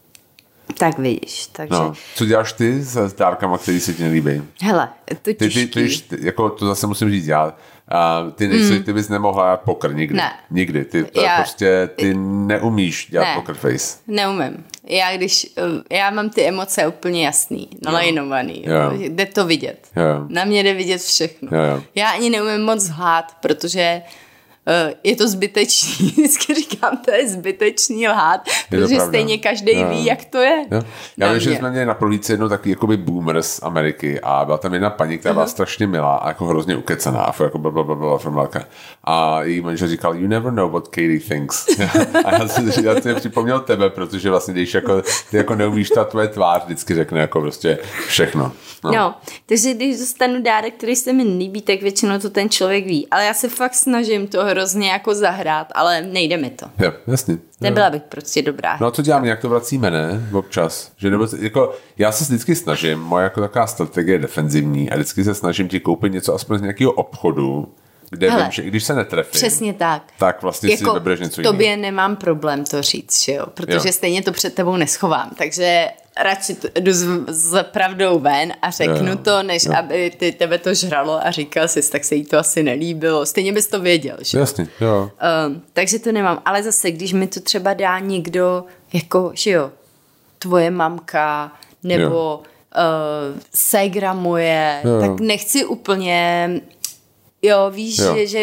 [SPEAKER 2] Tak vidíš, takže...
[SPEAKER 1] No. Co děláš ty s dárkama, který se ti nelíbí?
[SPEAKER 2] Hele, to těžký.
[SPEAKER 1] Ty, ty, ty, jako to zase musím říct já. A ty, nejsi, mm. ty bys nemohla dělat poker nikdy. Ne. Nikdy. Ty to já, prostě, ty neumíš dělat ne, poker face.
[SPEAKER 2] Neumím. Já když, já mám ty emoce úplně jasný, nalajnovaný. Jde to vidět.
[SPEAKER 1] Jo.
[SPEAKER 2] Na mě jde vidět všechno.
[SPEAKER 1] Jo, jo.
[SPEAKER 2] Já ani neumím moc lhát, protože je to zbytečný. Vždycky říkám, to je zbytečný lhát, je protože stejně každý no. ví, jak to je.
[SPEAKER 1] Jo. Já vím, že jsme měli na prohlídce jednou takový jakoby boomer z Ameriky a byla tam jedna paní, která uh-huh. byla strašně milá a jako hrozně ukecaná a jako blablabla formálka. A její manžel říkal, you never know what Katie thinks. A já si, já si připomněl tebe, protože vlastně, když jako, ty jako neumíš, ta tvoje tvář vždycky řekne jako prostě všechno.
[SPEAKER 2] No. no, takže když dostanu dárek, který se mi líbí, tak většinou to ten člověk ví. Ale já se fakt snažím to hrozně jako zahrát, ale nejde mi to.
[SPEAKER 1] Jo, jasně.
[SPEAKER 2] Nebyla bych prostě dobrá.
[SPEAKER 1] No a co dělám, jak to vracíme, ne? Občas. Že nebo, jako, já se vždycky snažím, moje jako taková strategie je defenzivní a vždycky se snažím ti koupit něco aspoň z nějakého obchodu, kde hele, vím, že i když se netrefím,
[SPEAKER 2] přesně tak.
[SPEAKER 1] Tak vlastně jako si vybereš něco jiného.
[SPEAKER 2] Tobě nemám problém to říct, že jo? Protože jo. stejně to před tebou neschovám. Takže radši jdu s, s pravdou ven a řeknu jo. to, než jo. aby ty, tebe to žralo a říkal jsi, tak se jí to asi nelíbilo. Stejně bys to věděl, že?
[SPEAKER 1] Jasně, jo.
[SPEAKER 2] Um, takže to nemám. Ale zase, když mi to třeba dá někdo, jako, že jo, tvoje mamka, nebo uh, ségra moje, jo. tak nechci úplně... Jo, víš, jo. Že, že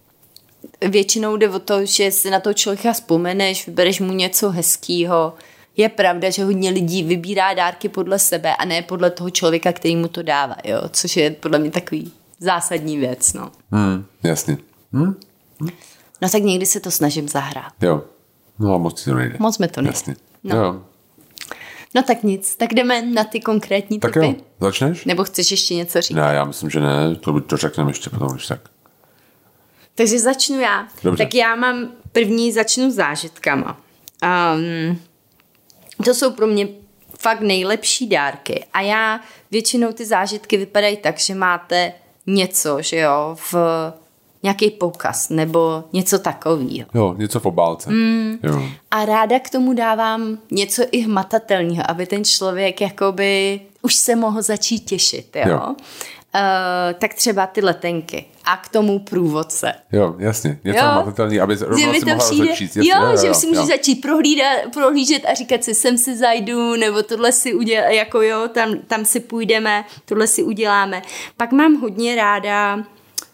[SPEAKER 2] většinou jde o to, že si na toho člověka vzpomeneš, vybereš mu něco hezkýho. Je pravda, že hodně lidí vybírá dárky podle sebe a ne podle toho člověka, který mu to dává, jo? Což je podle mě takový zásadní věc, no.
[SPEAKER 1] Hmm, jasně. Hmm?
[SPEAKER 2] Hmm? No tak někdy se to snažím zahrát.
[SPEAKER 1] Jo, no a moc to nejde.
[SPEAKER 2] Moc mi to nejde.
[SPEAKER 1] Jasně,
[SPEAKER 2] no.
[SPEAKER 1] jo.
[SPEAKER 2] No tak nic, tak jdeme na ty konkrétní
[SPEAKER 1] tak
[SPEAKER 2] typy.
[SPEAKER 1] Jo, začneš?
[SPEAKER 2] Nebo chceš ještě něco říct?
[SPEAKER 1] Ne, já myslím, že ne, to, to řekneme ještě potom, když tak.
[SPEAKER 2] Takže začnu já.
[SPEAKER 1] Dobře.
[SPEAKER 2] Tak já mám první, začnu zážitkama. Um, to jsou pro mě fakt nejlepší dárky. A já většinou ty zážitky vypadají tak, že máte něco, že jo, v nějaký poukaz nebo něco takového.
[SPEAKER 1] Jo, něco v obálce.
[SPEAKER 2] Mm.
[SPEAKER 1] Jo.
[SPEAKER 2] A ráda k tomu dávám něco i hmatatelného, aby ten člověk jakoby už se mohl začít těšit, jo. jo. Uh, tak třeba ty letenky a k tomu průvodce.
[SPEAKER 1] Jo, jasně. Něco hmatatelný, aby rovnou si mohla
[SPEAKER 2] přijde,
[SPEAKER 1] začít.
[SPEAKER 2] Jasně, jo, jo, že už si může začít prohlídat, prohlížet a říkat si, sem si zajdu, nebo tohle si udělám, jako jo, tam, tam si půjdeme, tohle si uděláme. Pak mám hodně ráda uh,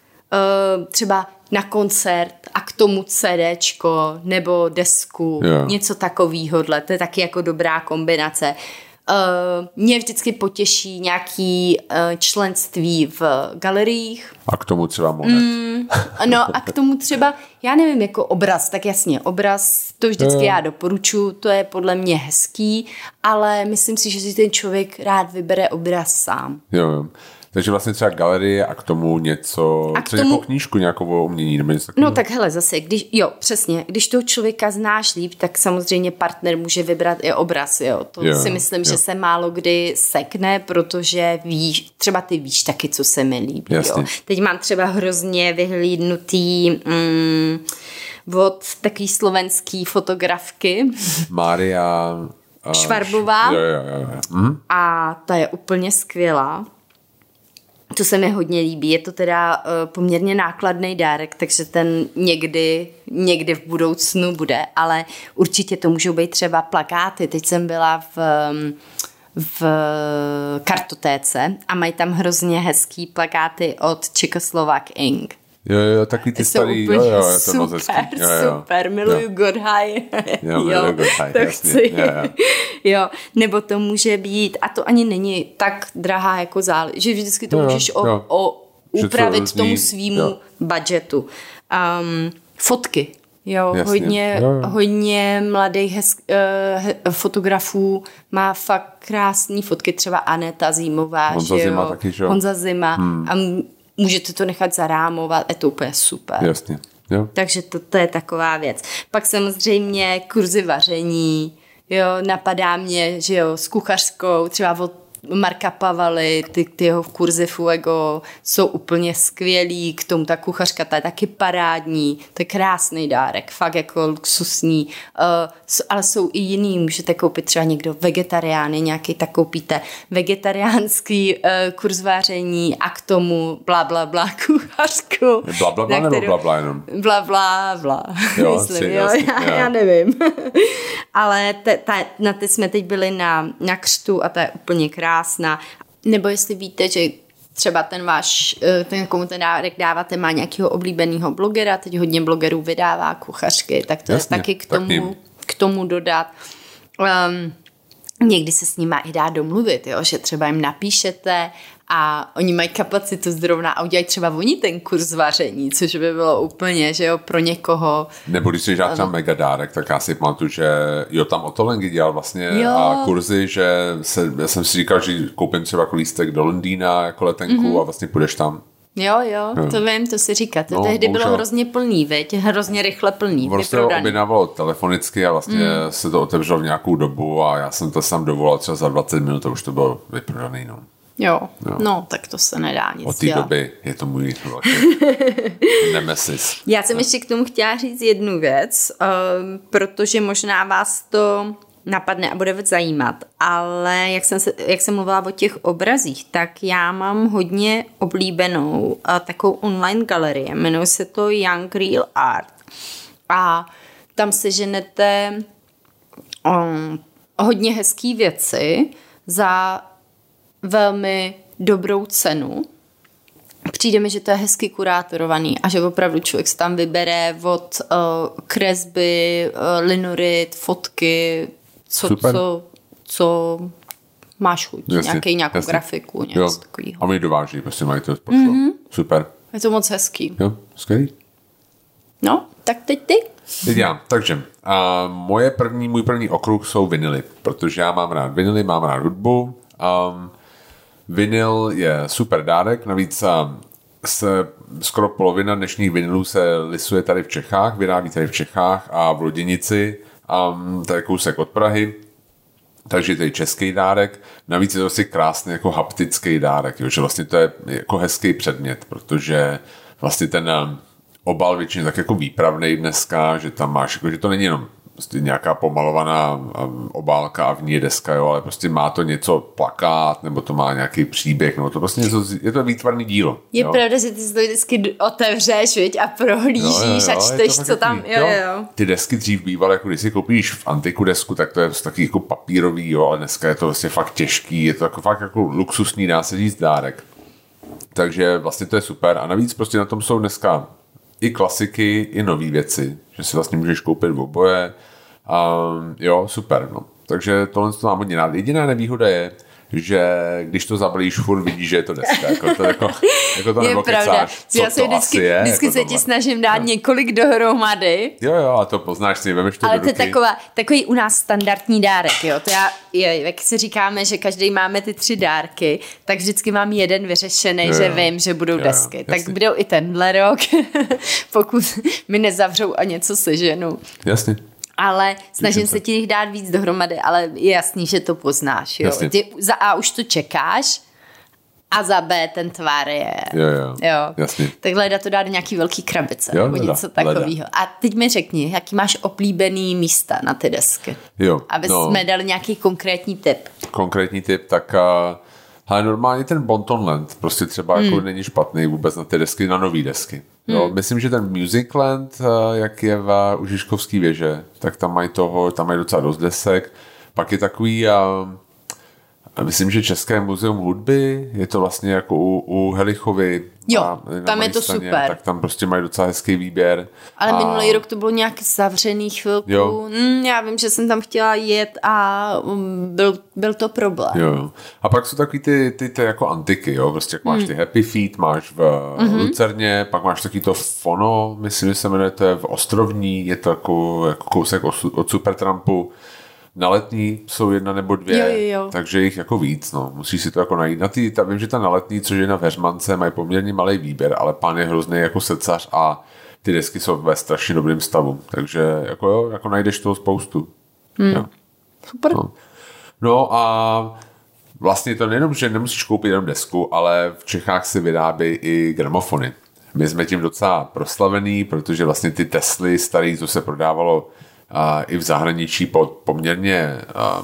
[SPEAKER 2] třeba na koncert a k tomu CDčko nebo desku, jo. něco takovýhodle. To je taky jako dobrá kombinace. Uh, mě vždycky potěší nějaký uh, členství v galeriích.
[SPEAKER 1] A k tomu třeba monet. Mm,
[SPEAKER 2] no a k tomu třeba, já nevím, jako obraz, tak jasně, obraz, to vždycky mm. já doporučuji, to je podle mě hezký, ale myslím si, že si ten člověk rád vybere obraz sám.
[SPEAKER 1] Jo, jo. Takže vlastně třeba galerie a k tomu něco, a k tomu, nějakou knížku, nějakou umění nebo něco takového.
[SPEAKER 2] No tak hele, zase, když, jo, přesně, když toho člověka znáš líp, tak samozřejmě partner může vybrat i obraz, jo. To jo, si myslím, jo. že se málo kdy sekne, protože víš, třeba ty víš taky, co se mi líbí, jo. Teď mám třeba hrozně vyhlídnutý mm, od takový slovenský fotografky.
[SPEAKER 1] Mária
[SPEAKER 2] Švarbová.
[SPEAKER 1] Jo, jo, jo, jo. Hm?
[SPEAKER 2] A ta je úplně skvělá. To se mi hodně líbí. Je to teda uh, poměrně nákladný dárek, takže ten někdy, někdy v budoucnu bude, ale určitě to můžou být třeba plakáty. Teď jsem byla v, v kartotéce a mají tam hrozně hezký plakáty od Czechoslovak Incorporated.
[SPEAKER 1] Jo, jo, takový ty starý, jo, jo, je to moc hezký.
[SPEAKER 2] Jo, jo. Super, miluju jo. God High.
[SPEAKER 1] Jo, miluju God High,
[SPEAKER 2] to
[SPEAKER 1] jasně.
[SPEAKER 2] Chci.
[SPEAKER 1] Jo, jo.
[SPEAKER 2] jo, nebo to může být, a to ani není tak drahá jako záležitost, že vždycky to jo, můžeš o,
[SPEAKER 1] jo.
[SPEAKER 2] o upravit to tomu svýmu jo. budžetu. Um, fotky. Jo, hodně, jo, jo. hodně mladých hez, uh, fotografů má fakt krásné fotky, třeba Aneta Zímová,
[SPEAKER 1] Honza
[SPEAKER 2] že
[SPEAKER 1] Zima
[SPEAKER 2] jo?
[SPEAKER 1] taky, že jo?
[SPEAKER 2] Honza Zima. Hmm. A můžete to nechat zarámovat, je to úplně super.
[SPEAKER 1] Jasně. Jo.
[SPEAKER 2] Takže to, to je taková věc. Pak samozřejmě kurzy vaření, jo, napadá mě, že jo, s kuchařskou, třeba od Marka Pavaly, ty, ty jeho kurzy Fuego jsou úplně skvělý, k tomu ta kuchařka, ta je taky parádní, to je krásný dárek, fakt jako luxusní, uh, ale jsou i jiný, můžete koupit třeba někdo vegetariány, nějaký, tak koupíte vegetariánský uh, kurz vaření a k tomu bla bla bla kuchařku.
[SPEAKER 1] Bla bla bla nebo bla bla jenom?
[SPEAKER 2] Bla bla bla,
[SPEAKER 1] jo,
[SPEAKER 2] myslím,
[SPEAKER 1] si,
[SPEAKER 2] jo,
[SPEAKER 1] jasný,
[SPEAKER 2] já,
[SPEAKER 1] jo.
[SPEAKER 2] já nevím. Ale te, ta, na ty jsme teď byli na, na křtu a ta je úplně krásná. Nebo jestli víte, že třeba ten váš, ten, komu ten dárek dáváte, má nějakého oblíbeného blogera, teď hodně blogerů vydává kuchařky, tak to Jasně, je taky k tomu, tak k tomu dodat. Um, někdy se s nima i dá domluvit, jo, že třeba jim napíšete a oni mají kapacitu zrovna a udělají třeba oni ten kurz vaření, což by bylo úplně, že jo, pro někoho.
[SPEAKER 1] Nebo když si žádná mega dárek, tak já si pamatuju, že jo, tam Otolengy dělal vlastně
[SPEAKER 2] jo.
[SPEAKER 1] a kurzy, že se, já jsem si říkal, že koupím třeba jako lístek do Londýna jako letenku mm-hmm. a vlastně půjdeš tam.
[SPEAKER 2] Jo, jo, no. to vím, to si říkat. To no, tehdy bohužel. Bylo hrozně plný, viď? Hrozně rychle plný,
[SPEAKER 1] vlastně to objednávalo telefonicky a vlastně mm. se to otevřelo v nějakou dobu a já jsem to sám dovolal třeba za dvacet minut a už to bylo vyprodaný, no.
[SPEAKER 2] Jo, no. no, tak to se nedá nic
[SPEAKER 1] od té doby je to můj velký nemesis.
[SPEAKER 2] Já jsem ještě k tomu chtěla říct jednu věc, um, protože možná vás to napadne a bude zajímat, ale jak jsem, se, jak jsem mluvila o těch obrazích, tak já mám hodně oblíbenou uh, takovou online galerii, jmenuje se to Young Real Art a tam seženete um, hodně hezký věci za velmi dobrou cenu. Přijde mi, že to je hezky kurátorovaný a že opravdu člověk se tam vybere od uh, kresby, uh, linorit, fotky, co, co, co máš chuť. Jasně, nějaký, nějakou jasně. grafiku, něco takového.
[SPEAKER 1] A my dováží, prostě mají to pošlo. Mm-hmm. Super.
[SPEAKER 2] Je to moc hezký.
[SPEAKER 1] Jo, skvělý.
[SPEAKER 2] No, tak teď ty.
[SPEAKER 1] Teď já. Takže uh, moje první, můj první okruh jsou vinily, protože já mám rád vinily, mám rád hudbu. Um, vinyl je super dárek, navíc um, se skoro polovina dnešních vinylů se lisuje tady v Čechách, vyrábí tady v Čechách a v Loděnici, um, to je kousek od Prahy Takže to je český dárek, navíc je to asi krásný jako haptický dárek, jo, že vlastně to je jako hezký předmět, protože vlastně ten obal většině tak jako výpravnej dneska, že tam máš, jako, že to není jenom prostě nějaká pomalovaná obálka a v ní je deska, jo, ale prostě má to něco plakát, nebo to má nějaký příběh, nebo to prostě něco, je to výtvarný dílo.
[SPEAKER 2] Je jo? Pravda, že ty si to vždycky otevřeš, viď, a prohlížíš jo, jo, jo, a čteš, co tam, jo, jo, jo.
[SPEAKER 1] Ty desky dřív bývaly, jako když si koupíš v antiku desku, tak to je taky jako papírový, jo, ale dneska je to vlastně fakt těžký, je to jako fakt jako luxusní, dá se říct, dárek. Takže vlastně to je super a navíc prostě na tom jsou dneska i klasiky, i nové věci, že si vlastně můžeš koupit oboje. Um, jo, super, no. Takže tohle to mám hodně rád. Jediná nevýhoda je, že když to zabalíš, furt vidíš, že je to deska. Jako to, jako, jako to
[SPEAKER 2] je pravda.
[SPEAKER 1] Co
[SPEAKER 2] já se
[SPEAKER 1] to
[SPEAKER 2] vždycky,
[SPEAKER 1] asi je.
[SPEAKER 2] Vždycky
[SPEAKER 1] jako
[SPEAKER 2] se ti snažím dát no. několik dohromady.
[SPEAKER 1] Jo, jo, a to poznáš si, vemeš to
[SPEAKER 2] ale
[SPEAKER 1] do
[SPEAKER 2] to je
[SPEAKER 1] ruky.
[SPEAKER 2] taková, takový u nás standardní dárek, jo. To já, je, jak si říkáme, že každý máme ty tři dárky, tak vždycky mám jeden vyřešený, jo, že jo. vím, že budou jo, desky. Jo, tak budou i tenhle rok, pokud mi nezavřou a něco seženu.
[SPEAKER 1] Jasně.
[SPEAKER 2] Ale snažím se ti jich dát víc dohromady, ale je jasný, že to poznáš. Jo? Ty za A už to čekáš a za B ten tvar je.
[SPEAKER 1] Jo, jo,
[SPEAKER 2] jo.
[SPEAKER 1] jasně.
[SPEAKER 2] Takhle dá to dát do nějaký velký krabice
[SPEAKER 1] jo,
[SPEAKER 2] nebo něco takového. A teď mi řekni, jaký máš oblíbený místa na ty desky.
[SPEAKER 1] Jo,
[SPEAKER 2] aby
[SPEAKER 1] no.
[SPEAKER 2] jsme dali nějaký konkrétní tip.
[SPEAKER 1] Konkrétní tip, tak uh, ale normálně ten Bontonland prostě třeba hmm. jako není špatný vůbec na ty desky, na nový desky. Jo, hmm. Myslím, že ten Musicland, jak je v u Žižkovský věže, tak tam mají toho, tam mají docela dost desek. Pak je takový, a, a myslím, že České muzeum hudby, je to vlastně jako u, u Helichovy.
[SPEAKER 2] Jo,
[SPEAKER 1] na, na
[SPEAKER 2] tam je to
[SPEAKER 1] staně,
[SPEAKER 2] super.
[SPEAKER 1] Tak tam prostě mají docela hezký výběr.
[SPEAKER 2] Ale
[SPEAKER 1] a...
[SPEAKER 2] minulý rok to bylo nějak zavřený chvilku. Mm, já vím, že jsem tam chtěla jet a byl, byl to problém.
[SPEAKER 1] Jo, jo. A pak jsou takový ty, ty, ty jako antiky, jo. Prostě jak máš mm. ty Happy Feet, máš v mm-hmm. Lucerně, pak máš taky to Fono, myslím, že se jmenuje, to je v Ostrovní, je to jako, jako kousek od, od Supertrampu. Na Letní jsou jedna nebo dvě,
[SPEAKER 2] jo, jo, jo.
[SPEAKER 1] takže jich jako víc, no. Musíš si to jako najít. Na tý, ta, vím, že ta Na Letní, což je na Veřmance, mají poměrně malý výběr, ale pán je hrozný jako srdcař a ty desky jsou ve strašně dobrým stavu. Takže jako jo, jako najdeš toho spoustu.
[SPEAKER 2] Hmm. Jo. Super.
[SPEAKER 1] No. no a vlastně to nejenom, že nemusíš koupit jenom desku, ale v Čechách se vyrábí i gramofony. My jsme tím docela proslavený, protože vlastně ty Tesly starý, co se prodávalo a i v zahraničí pod poměrně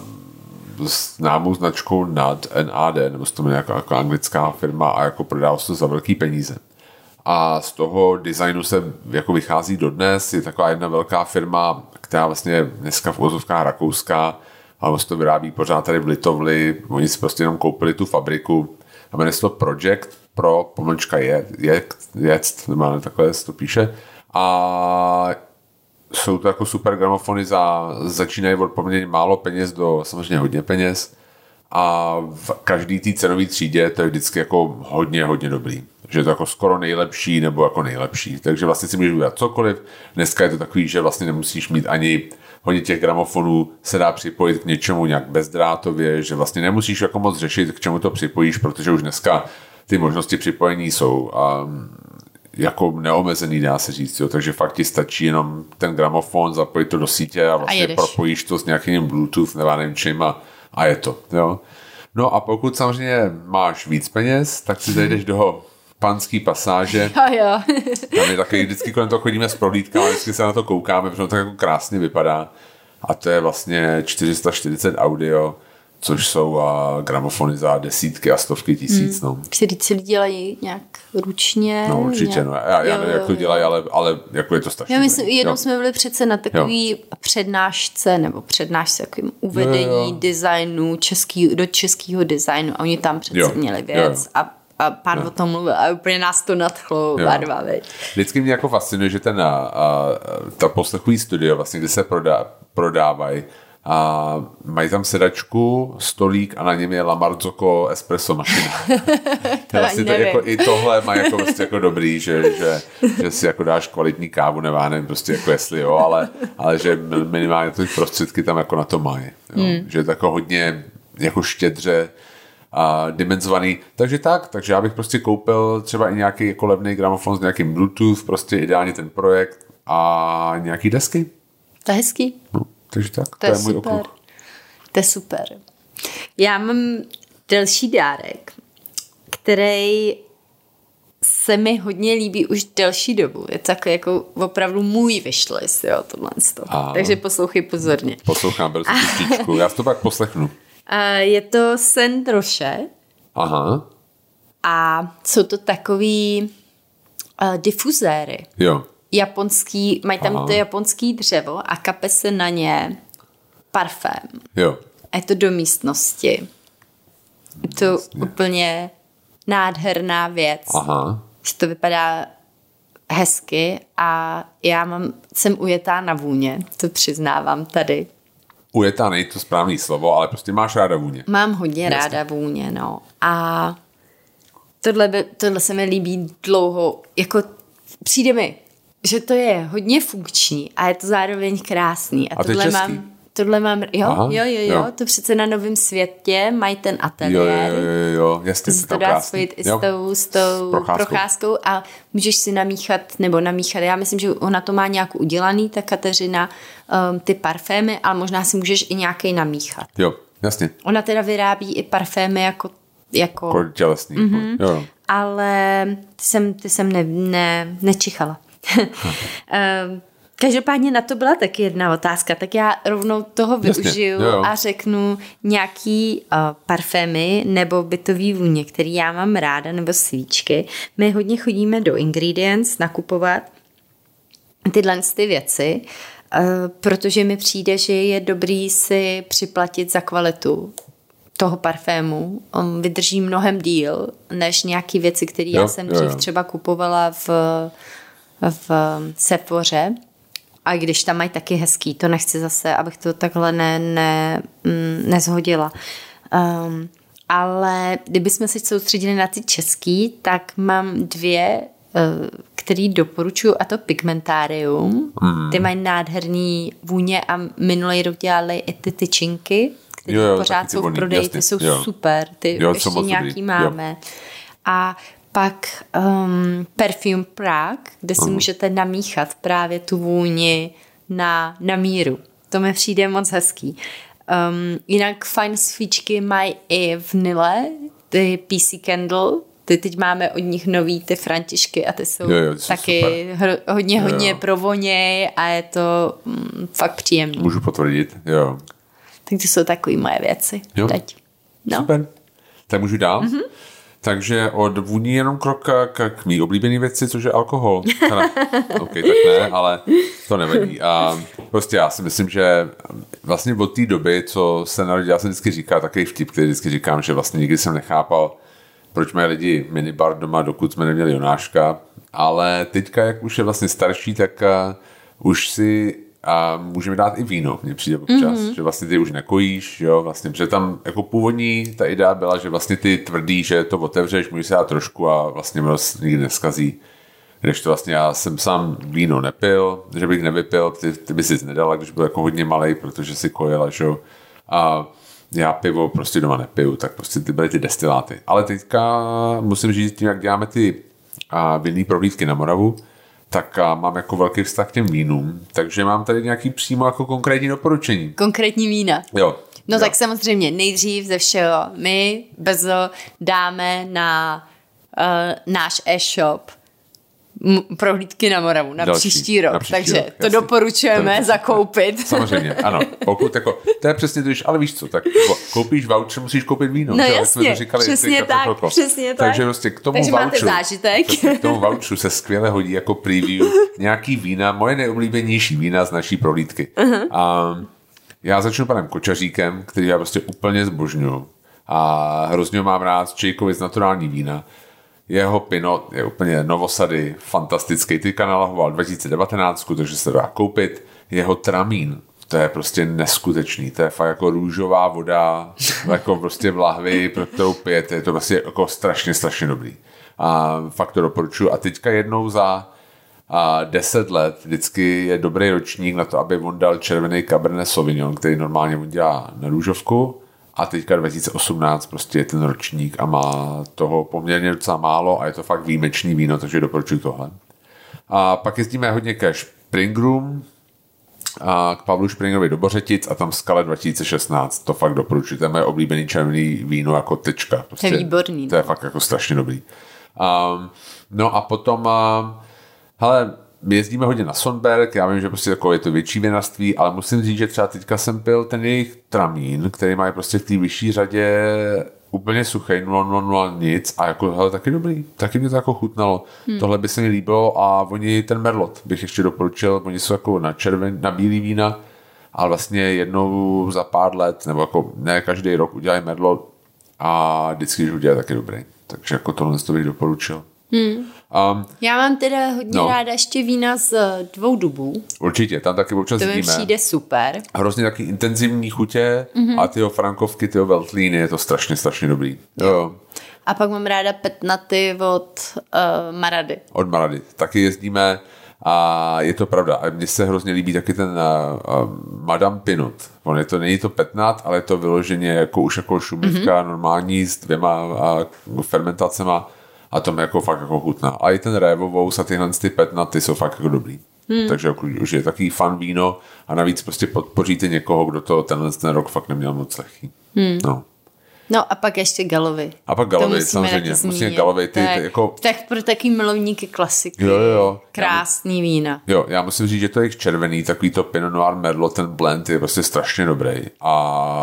[SPEAKER 1] um, známou značkou N A D, N A D, nebo to je jako, jako anglická firma a jako prodává se to za velký peníze. A z toho designu se jako vychází dodnes, je taková jedna velká firma, která vlastně je dneska v uvozovkách rakouská, ale se to vyrábí pořád tady v Litovli, oni si prostě jenom koupili tu fabriku a jmenuje se to Project Pro, pomlčka je, je, jest, nebo takhle se to píše. A jsou to jako super gramofony, za, začínají od poměrně málo peněz do samozřejmě hodně peněz a v každý té cenové třídě to je vždycky jako hodně, hodně dobrý. Že je to jako skoro nejlepší nebo jako nejlepší. Takže vlastně si můžeš udělat cokoliv. Dneska je to takový, že vlastně nemusíš mít ani hodně těch gramofonů se dá připojit k něčemu nějak bezdrátově, že vlastně nemusíš jako moc řešit, k čemu to připojíš, protože už dneska ty možnosti připojení jsou um, jako neomezený, dá se říct, jo. Takže fakt ti stačí jenom ten gramofon, zapojit to do sítě a vlastně a propojíš to s nějakým Bluetooth nebo nevím čím a, a je to. Jo. No a pokud samozřejmě máš víc peněz, tak si zajdeš do Panský pasáže.
[SPEAKER 2] Jo, jo.
[SPEAKER 1] Tam je taky, vždycky kolem toho chodíme s prohlídkami, vždycky se na to koukáme, protože to tak jako krásně vypadá. A to je vlastně čtyři sta čtyřicet audio, což jsou uh, gramofony za desítky a stovky tisíc. Hmm. No.
[SPEAKER 2] Který celý dělají nějak ručně.
[SPEAKER 1] No určitě,
[SPEAKER 2] nějak...
[SPEAKER 1] no. Já, já nevím, jak to dělají, ale, ale jako je to strašně.
[SPEAKER 2] Já myslím, jednou jo. jsme byli přece na takový jo. přednášce, nebo přednášce takovým uvedení jo, jo. designu, český, do českého designu a oni tam přece jo. měli věc jo, jo. a a pán no. o tom mluvil a úplně nás to nadchlo, dva, veď.
[SPEAKER 1] Vždycky mě jako fascinuje, že ten, a, a, ta poslechový studio, vlastně, kde se prodá, prodávají, a mají tam sedačku, stolík a na něm je La Marzocco espresso mašina. to vlastně to jako, i tohle má jako, prostě jako dobrý, že, že, že si jako dáš kvalitní kávu, nevím, prostě jako jestli jo, ale, ale že minimálně ty prostředky tam jako na to mají. Jo. Hmm. Že je to jako hodně jako štědře a dimenzovaný. Takže tak, takže já bych prostě koupil třeba i nějaký jako levný gramofon s nějakým Bluetooth, prostě ideálně ten projekt a nějaký desky.
[SPEAKER 2] To je hezký.
[SPEAKER 1] No, takže tak,
[SPEAKER 2] to,
[SPEAKER 1] to
[SPEAKER 2] je,
[SPEAKER 1] je můj
[SPEAKER 2] super.
[SPEAKER 1] okruh.
[SPEAKER 2] To je super. Já mám další dárek, který se mi hodně líbí už delší dobu. Je to takový jako opravdu můj wishlist, jo, tohle. Takže poslouchej pozorně.
[SPEAKER 1] Poslouchám, beru si pustičku. Já si to pak poslechnu.
[SPEAKER 2] Je to Saint Roche.
[SPEAKER 1] Aha.
[SPEAKER 2] A jsou to takový uh, difuzéry.
[SPEAKER 1] Jo.
[SPEAKER 2] Japonský, mají tam Aha. to japonský dřevo a kape se na ně parfém.
[SPEAKER 1] Jo.
[SPEAKER 2] A je to do místnosti. Je to Jasně. úplně nádherná věc.
[SPEAKER 1] Aha.
[SPEAKER 2] Že to vypadá hezky a já mám, jsem ujetá na vůně, to přiznávám tady.
[SPEAKER 1] Ujetá není to správný slovo, ale prostě máš ráda vůně.
[SPEAKER 2] Mám hodně Jasně. ráda vůně, no. A tohle, by, tohle se mi líbí dlouho, jako přijde mi, že to je hodně funkční a je to zároveň krásný. A,
[SPEAKER 1] a
[SPEAKER 2] tohle mám, tohle mám, jo, Aha, jo, jo, jo, jo, to přece na Novém Světě mají ten ateliér.
[SPEAKER 1] Jo, jo, jo, jo, jasně,
[SPEAKER 2] to dá spojit i s tou, s tou procházkou. procházkou a můžeš si namíchat, nebo namíchat, já myslím, že ona to má nějak udělaný, ta Kateřina, um, ty parfémy, ale možná si můžeš i nějaký namíchat.
[SPEAKER 1] Jo, jasně.
[SPEAKER 2] Ona teda vyrábí i parfémy jako jako,
[SPEAKER 1] jako tělesný. Mm-hmm. Jo.
[SPEAKER 2] Ale ty jsem, ty jsem ne, ne, nečichala. Každopádně na to byla taky jedna otázka, tak já rovnou toho využiju Jasně, a řeknu nějaký uh, parfémy nebo bytový vůně, který já mám ráda, nebo svíčky. My hodně chodíme do Ingredients nakupovat tyhle ty věci, uh, protože mi přijde, že je dobrý si připlatit za kvalitu toho parfému. On vydrží mnohem díl, než nějaký věci, které já jsem dřív jo, jo. třeba kupovala v, v Sephoře. A když tam mají taky hezký, to nechci zase, abych to takhle ne, ne, nezhodila. Um, ale kdybychom se soustředili na ty český, tak mám dvě, který doporučuji, a to Pigmentarium. Mm. Ty mají nádherný vůně a minulý rok dělali i ty tyčinky, které jo, jo, pořád jsou v prodeji, ty jsou jo. super, ty jo, ještě nějaký dobrý. máme. Jo. A pak um, Perfume Prague, kde si uh-huh. můžete namíchat právě tu vůni na, na míru. To mi přijde moc hezký. Um, jinak fajn svíčky mají i vanille, ty P C Candle, ty teď máme od nich nový ty Františky a ty jsou, jo, jo, ty jsou taky hro, hodně, hodně pro voně a je to mm, fakt příjemný.
[SPEAKER 1] Můžu potvrdit, jo.
[SPEAKER 2] Tak to jsou takový moje věci
[SPEAKER 1] jo.
[SPEAKER 2] teď. No.
[SPEAKER 1] Super. Tak můžu dál? Mm-hmm. Takže od vůní jenom krok k, k mý oblíbený věci, což je alkohol. Teda, ok, tak ne, ale to nevadí. A prostě já si myslím, že vlastně od té doby, co se narodil, já jsem vždycky říkal takový vtip, který vždycky říkám, že vlastně nikdy jsem nechápal, proč mají lidi minibar doma, dokud jsme neměli Jonáška. Ale teďka, jak už je vlastně starší, tak uh, už si a můžeme dát i víno, mně přijde občas, mm-hmm. že vlastně ty už nekojíš, jo, vlastně, protože tam jako původní ta idea byla, že vlastně ty tvrdý, že to otevřeš, můžeš se dát trošku a vlastně moc nikdy neskazí. Když to vlastně já jsem sám víno nepil, že bych nevypil, ty, ty by si nedala, když byl jako hodně malej, protože si kojela, že jo. A já pivo prostě doma nepiju, tak prostě ty byly ty destiláty. Ale teďka musím říct tím, jak děláme ty a, vinný prohlídky na Moravu, tak a, mám jako velký vztah k těm vínům, takže mám tady nějaký přímo jako konkrétní doporučení.
[SPEAKER 2] Konkrétní vína.
[SPEAKER 1] Jo.
[SPEAKER 2] No
[SPEAKER 1] jo.
[SPEAKER 2] Tak samozřejmě nejdřív ze všeho my Bezo dáme na uh, náš e-shop prohlídky na Moravu na Další, příští rok, na příští takže rok, to jasný. Doporučujeme to zakoupit.
[SPEAKER 1] Samozřejmě, ano. Pokud jako, to je přesně to, ale víš co, tak koupíš voucher, musíš koupit víno.
[SPEAKER 2] No
[SPEAKER 1] že?
[SPEAKER 2] jasně,
[SPEAKER 1] říkali,
[SPEAKER 2] přesně tak,
[SPEAKER 1] protoko.
[SPEAKER 2] přesně tak.
[SPEAKER 1] Takže prostě k tomu
[SPEAKER 2] takže
[SPEAKER 1] voucheru,
[SPEAKER 2] máte zážitek.
[SPEAKER 1] K tomu voucheru se skvěle hodí jako preview nějaký vína, moje nejoblíbenější vína z naší prohlídky. Uh-huh. A já začnu panem Kočaříkem, který já prostě úplně zbožňuju. A hrozně mám rád Čejkovic naturální vína. Jeho Pinot je úplně novosady, fantastický. Teďka nalahoval dva tisíce devatenáct, takže se dá koupit. Jeho Tramín, to je prostě neskutečný. To je fakt jako růžová voda, jako prostě v lahvi, pro kterou pijete. Je to prostě jako strašně, strašně dobrý. A fakt to doporučuji. A teďka jednou za a deset let vždycky je dobrý ročník na to, aby on dal červený Cabernet Sauvignon, který normálně on dělá na růžovku. A teďka dva tisíce osmnáct prostě je ten ročník a má toho poměrně docela málo a je to fakt výjimečný víno, takže doporučuji tohle. A pak jezdíme hodně ke Spring Room a k Pavlu Špringerovi do Bořetic a tam Skale dva tisíce šestnáct. To fakt doporučuji. To je moje oblíbený červený víno jako tečka. Prostě,
[SPEAKER 2] to je výborný.
[SPEAKER 1] To je fakt jako strašně dobrý. Um, no a potom um, hele, my jezdíme hodně na Sonberg, já vím, že prostě takové je to větší vinařství, ale musím říct, že třeba teďka jsem pil ten jejich tramín, který má prostě v té vyšší řadě úplně suchý, nula nula nula nic a jako hele, taky dobrý, taky mě to jako chutnalo. Hmm. Tohle by se mi líbilo a oni ten Merlot bych ještě doporučil, oni jsou jako na červen, na bílý vína, ale vlastně jednou za pár let, nebo jako ne každý rok udělají Merlot a vždycky, když udělají, taky dobrý. Takže jako tohle to bych doporučil.
[SPEAKER 2] Hmm. Um, Já mám teda hodně no. ráda ještě vína z dvou dubů.
[SPEAKER 1] Určitě, tam taky občas
[SPEAKER 2] to mi přijde super.
[SPEAKER 1] Hrozně taky intenzivní chutě mm-hmm. a tyho frankovky, tyho veltlíny, je to strašně, strašně dobrý. Jo.
[SPEAKER 2] A pak mám ráda petnaty od uh, Marady.
[SPEAKER 1] Od Marady. Taky jezdíme a je to pravda. A mně se hrozně líbí taky ten uh, uh, Madame Pinot. On je to, není to petnat, ale je to vyloženě jako už jako šumivka mm-hmm. normální s dvěma uh, fermentacema. A to mi jako fakt jako chutná. A i ten révovou a tyhle ty petnaty jsou fakt jako dobrý. Hmm. Takže jako, už je takový fun víno a navíc prostě podpoříte někoho, kdo to tenhle ten rok fakt neměl moc lehký. Hmm. No.
[SPEAKER 2] No a pak ještě Galovy.
[SPEAKER 1] A pak Galovy, samozřejmě. Musíme Galovy. Ty,
[SPEAKER 2] tak,
[SPEAKER 1] ty, jako...
[SPEAKER 2] tak pro taký milovníky klasiky.
[SPEAKER 1] Jo, jo.
[SPEAKER 2] Krásný já, vína.
[SPEAKER 1] Jo, já musím říct, že to je červený, takový to Pinot Noir Merlot, ten blend je prostě strašně dobrý. A,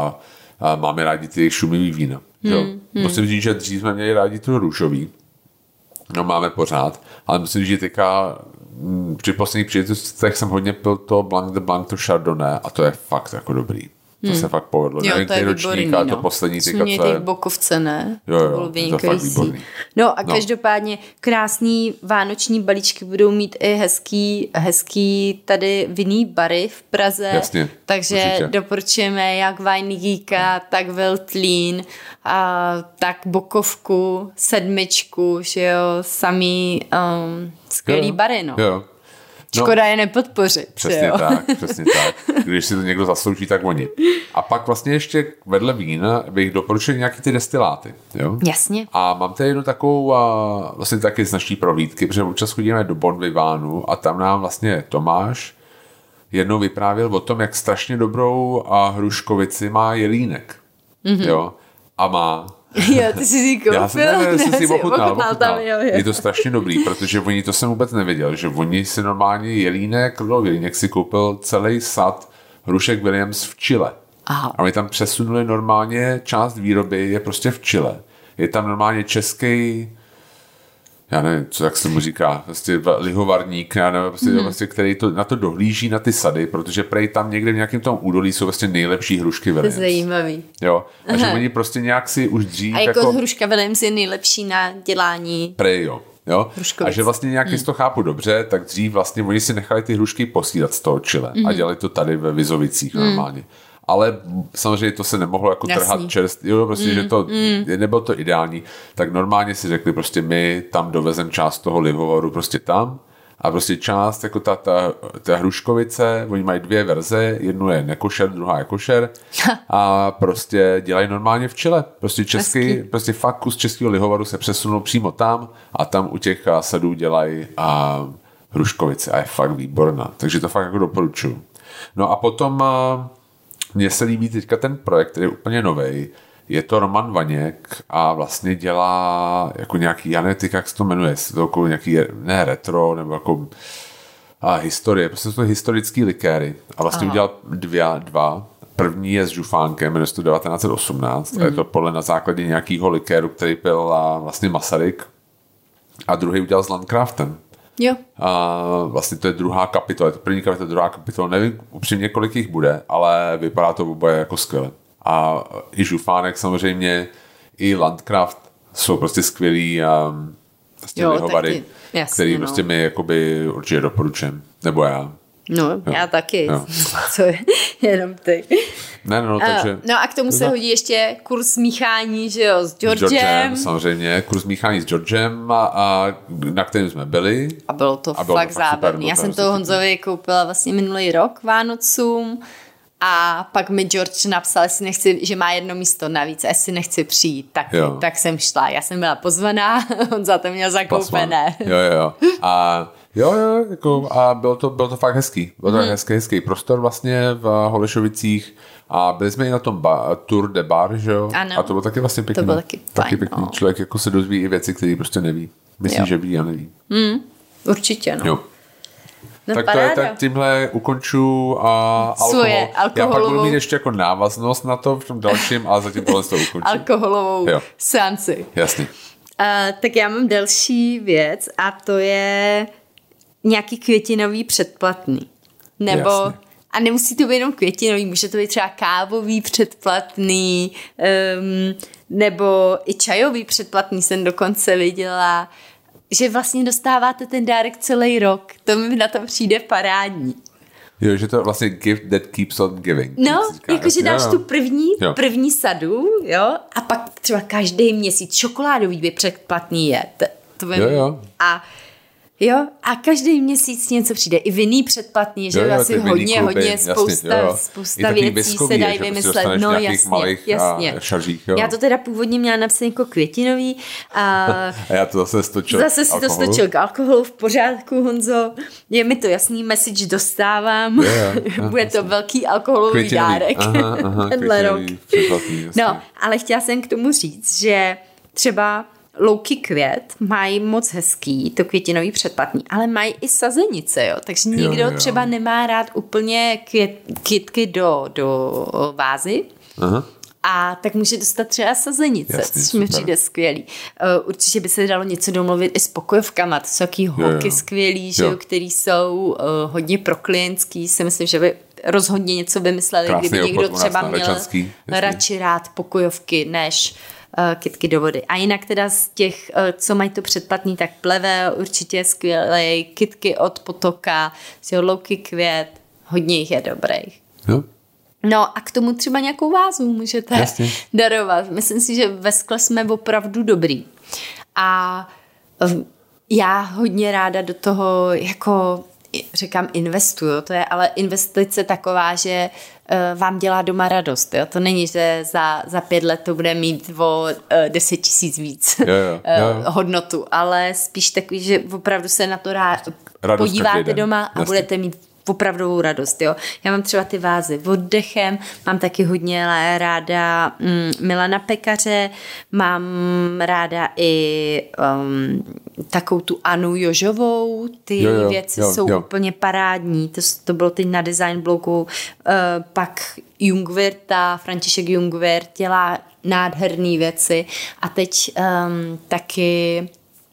[SPEAKER 1] a máme rádi ty šumivý vína. Hmm. Jo. Hmm. Musím říct, že dřív jsme měli rádi to růžový. No máme pořád, ale musím říct, že teďka při posledních příležitostech jsem hodně pil to Blanc de Blanc, to Chardonnay a to je fakt jako dobrý. To hmm. se fakt povedlo.
[SPEAKER 2] Jo,
[SPEAKER 1] nevím,
[SPEAKER 2] to je výborný, no.
[SPEAKER 1] To poslední teďka,
[SPEAKER 2] co je... bokovce, ne?
[SPEAKER 1] Jo, jo, to, to fakt výborný.
[SPEAKER 2] No a no. každopádně krásný vánoční balíčky budou mít i hezký, hezký tady vinný bary v Praze.
[SPEAKER 1] Jasně,
[SPEAKER 2] takže
[SPEAKER 1] určitě.
[SPEAKER 2] Doporučujeme jak Weinigíka, tak Veltlín, a tak bokovku, sedmičku, že jo, samý um, skvělý jo, bary, no.
[SPEAKER 1] Jo. No,
[SPEAKER 2] škoda je nepodpořit.
[SPEAKER 1] Přesně tak, přesně tak. Když si to někdo zaslouží, tak oni. A pak vlastně ještě vedle vína bych doporučil nějaký ty destiláty. Jo?
[SPEAKER 2] Jasně.
[SPEAKER 1] A mám tady jednu takovou a vlastně taky z naší prohlídky, protože občas chodíme do Bon Vivánu a tam nám vlastně Tomáš jednou vyprávěl o tom, jak strašně dobrou a hruškovici má Jelínek. Mm-hmm. Jo? A má...
[SPEAKER 2] Jo, ty jsi si koupil?
[SPEAKER 1] Já jsem, ne, ne, jsem si ochutnal,
[SPEAKER 2] ochutnal tam, jo, jo.
[SPEAKER 1] Je to strašně dobrý, protože oni, to jsem vůbec nevěděl, že oni si normálně Jelínek, no Jelínek si koupil celý sad hrušek Williams v Chile.
[SPEAKER 2] Aha.
[SPEAKER 1] A oni tam přesunuli normálně část výroby, je prostě v Chile. Je tam normálně český, já nevím, co, jak se mu říká, prostě lihovarník, já nevím, prostě, mm-hmm. prostě, který to, na to dohlíží na ty sady, protože prej tam někde v nějakém tom údolí jsou vlastně nejlepší hrušky Williams.
[SPEAKER 2] To je zajímavý.
[SPEAKER 1] Jo, a že oni prostě nějak si už dřív...
[SPEAKER 2] A jako, jako hruška Williams je nejlepší na dělání...
[SPEAKER 1] Prej, jo. Jo? A že vlastně nějak, mm. to chápu dobře, tak dřív vlastně oni si nechali ty hrušky posílat z toho Chile mm. a dělali to tady ve Vizovicích mm. normálně. Ale samozřejmě to se nemohlo jako Jasný. trhat čerst, jo, prostě, mm, že to mm. nebylo to ideální, tak normálně si řekli prostě my tam dovezem část toho lihovaru prostě tam a prostě část jako ta, ta, ta hruškovice, oni mají dvě verze, jednu je nekošer, druhá je košer a prostě dělají normálně v Chile, prostě český, Hezky. prostě fakt kus českého lihovaru se přesunul přímo tam a tam u těch sadů dělají a hruškovice a je fakt výborná, takže to fakt jako doporučuji. No a potom mně se líbí teďka ten projekt, který je úplně novej. Je to Roman Vaněk a vlastně dělá jako nějaký, já nevím, jak se to jmenuje, je to jako nějaký, ne retro, nebo jako a historie, prostě jsou to historický likéry. A vlastně Aha. udělal dvě, dva. První je s žufánkem, jmenuje se to devatenáct set osmnáct mm. a je to podle na základě nějakého likéru, který pil vlastně Masaryk. A druhý udělal s Landcraftem.
[SPEAKER 2] Jo.
[SPEAKER 1] A vlastně to je druhá kapitola, je to první kapitola, druhá kapitola, nevím upřímně, kolik jich bude, ale vypadá to oboje jako skvěle. A i žufánek samozřejmě, i Landcraft jsou prostě skvělý um, prostě lihovary, který no. prostě my jakoby určitě doporučujeme, nebo já.
[SPEAKER 2] No, jo. já taky. Jo. Co je, jenom ty.
[SPEAKER 1] Ne, no, no, takže...
[SPEAKER 2] No a k tomu se hodí ještě kurz míchání, že jo, s Georgem. S Georgem,
[SPEAKER 1] samozřejmě, kurz míchání s Georgem, a, a na kterém jsme byli.
[SPEAKER 2] A bylo to a bylo fakt to zábavný. Já jsem to Honzovi koupila vlastně minulý rok Vánocům a pak mi George napsal, jestli nechci, že má jedno místo navíc, a jestli nechci přijít, tak, tak jsem šla. Já jsem byla pozvaná, Honza to měl zakoupené.
[SPEAKER 1] Jo, jo, jo. A Jo, jo, jako, a bylo to, bylo to fakt hezký. Byl to hmm. hezký, hezký prostor vlastně v Holešovicích a byli jsme i na tom ba, Tour de Bar, že jo?
[SPEAKER 2] Ano.
[SPEAKER 1] A to bylo taky vlastně pěkný.
[SPEAKER 2] To bylo taky,
[SPEAKER 1] taky
[SPEAKER 2] fajn,
[SPEAKER 1] pěkný.
[SPEAKER 2] No.
[SPEAKER 1] Člověk jako se dozví i věci, které prostě neví. Myslí, že ví a neví.
[SPEAKER 2] Hmm. Určitě, no.
[SPEAKER 1] Jo.
[SPEAKER 2] No,
[SPEAKER 1] tak
[SPEAKER 2] paráda.
[SPEAKER 1] to je, tak tímhle ukonču a alkohol.
[SPEAKER 2] Svoje
[SPEAKER 1] Já pak budu mít ještě jako návaznost na to v tom dalším, ale zatím tohle to ukončím.
[SPEAKER 2] Alkoholovou
[SPEAKER 1] jo.
[SPEAKER 2] seanci.
[SPEAKER 1] Jasně.
[SPEAKER 2] Uh, tak já mám další věc a to je nějaký květinový předplatný. Nebo,
[SPEAKER 1] Jasně.
[SPEAKER 2] a nemusí to být jenom květinový, může to být třeba kávový předplatný, um, nebo i čajový předplatný jsem dokonce viděla, že vlastně dostáváte ten dárek celý rok. To mi na to přijde parádní.
[SPEAKER 1] Jo, že to je vlastně gift that keeps on giving.
[SPEAKER 2] No, jakože dáš
[SPEAKER 1] jo.
[SPEAKER 2] tu první,
[SPEAKER 1] jo.
[SPEAKER 2] první sadu, jo, a pak třeba každý měsíc čokoládový by předplatný je. To, to by...
[SPEAKER 1] Jo, jo.
[SPEAKER 2] A jo, a každý měsíc něco přijde. I vinný předplatný, že jo, jo asi hodně, kluby, hodně, spousta, jasně, jo. spousta věcí
[SPEAKER 1] biskový,
[SPEAKER 2] se dají vymyslet. No jasně, jasně.
[SPEAKER 1] Šaržích, jo.
[SPEAKER 2] Já to teda původně měla napsaný jako květinový. A,
[SPEAKER 1] a já to zase stočil
[SPEAKER 2] Zase si to stočil k alkoholu, v pořádku, Honzo. Je mi to jasný, message dostávám.
[SPEAKER 1] Jo, jo.
[SPEAKER 2] Bude to velký alkoholový květinový. Dárek.
[SPEAKER 1] Aha, aha,
[SPEAKER 2] tenhle rok. No, ale chtěla jsem k tomu říct, že třeba louky květ mají moc hezký, to květinový předplatný, ale mají i sazenice, jo. Takže někdo jo, jo. třeba nemá rád úplně květ, kytky do, do vázy. Aha. A tak může dostat třeba sazenice, jasný, což mi přijde skvělý. Uh, určitě by se dalo něco domluvit i s pokojovkama, to jsou taký holky skvělý, že jo, který jsou uh, hodně proklientský, si myslím, že by rozhodně něco vymysleli, krásný kdyby někdo třeba měl radši rád pokojovky, než kytky do vody. A jinak teda z těch, co mají to předplatný, tak pleve určitě skvělej, kytky od Potoka, louky květ, hodně jich je dobrých.
[SPEAKER 1] Jo.
[SPEAKER 2] No a k tomu třeba nějakou vázu můžete Jasně. darovat. Myslím si, že ve skle jsme opravdu dobrý. A já hodně ráda do toho jako říkám investuju, to je ale investice taková, že uh, vám dělá doma radost. Jo? To není, že za, za pět let to bude mít o uh, deset tisíc víc
[SPEAKER 1] jo, jo, jo.
[SPEAKER 2] Uh, hodnotu, ale spíš takový, že opravdu se na to rá, podíváte doma a Jasně. budete mít opravdovou radost, jo. Já mám třeba ty vázy oddechem, mám taky hodně ráda mm, Milana Pekaře, mám ráda i um, takovou tu Anu Jožovou, ty jo, jo, věci jo, jsou jo. úplně parádní, to, to bylo teď na design blogu, uh, pak Jungwirta, František Jungwirth dělá nádherné věci a teď um, taky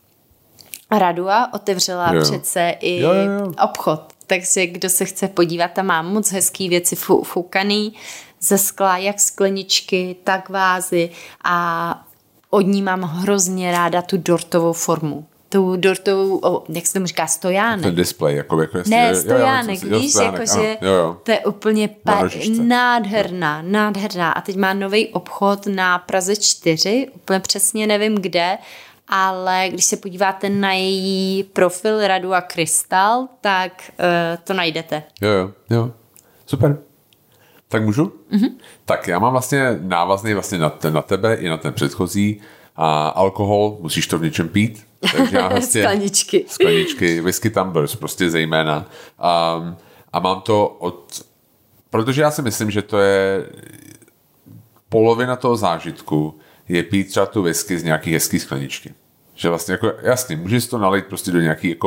[SPEAKER 2] Radua otevřela jo. přece i jo, jo, jo. obchod. Takže kdo se chce podívat, tam mám moc hezký věci foukaný ze skla, jak skleničky, tak vázy a od ní mám hrozně ráda tu dortovou formu. Tu dortovou, jak se tomu říká, stojánek.
[SPEAKER 1] Ten display. Jako, jako jestli,
[SPEAKER 2] ne, stojánek,
[SPEAKER 1] jo, jo,
[SPEAKER 2] víš,
[SPEAKER 1] stojánek,
[SPEAKER 2] jakože to je úplně pa- nádherná, nádherná. A teď má nový obchod na Praze čtyři, úplně přesně nevím kde, ale když se podíváte na její profil Radu a Krystal, tak uh, to najdete.
[SPEAKER 1] Jo, jo, jo. Super. Tak můžu? Mm-hmm. Tak já mám vlastně návazný vlastně na, ten, na tebe i na ten předchozí. A alkohol, musíš to v něčem pít. Takže já vlastně
[SPEAKER 2] skleničky.
[SPEAKER 1] Skleničky, whisky tumblers, prostě zejména. Um, a mám to od... Protože já si myslím, že to je polovina toho zážitku je pít třeba tu whisky z nějaký hezký skleničky. Že vlastně jako, jasně, můžeš to nalít prostě do nějaký jako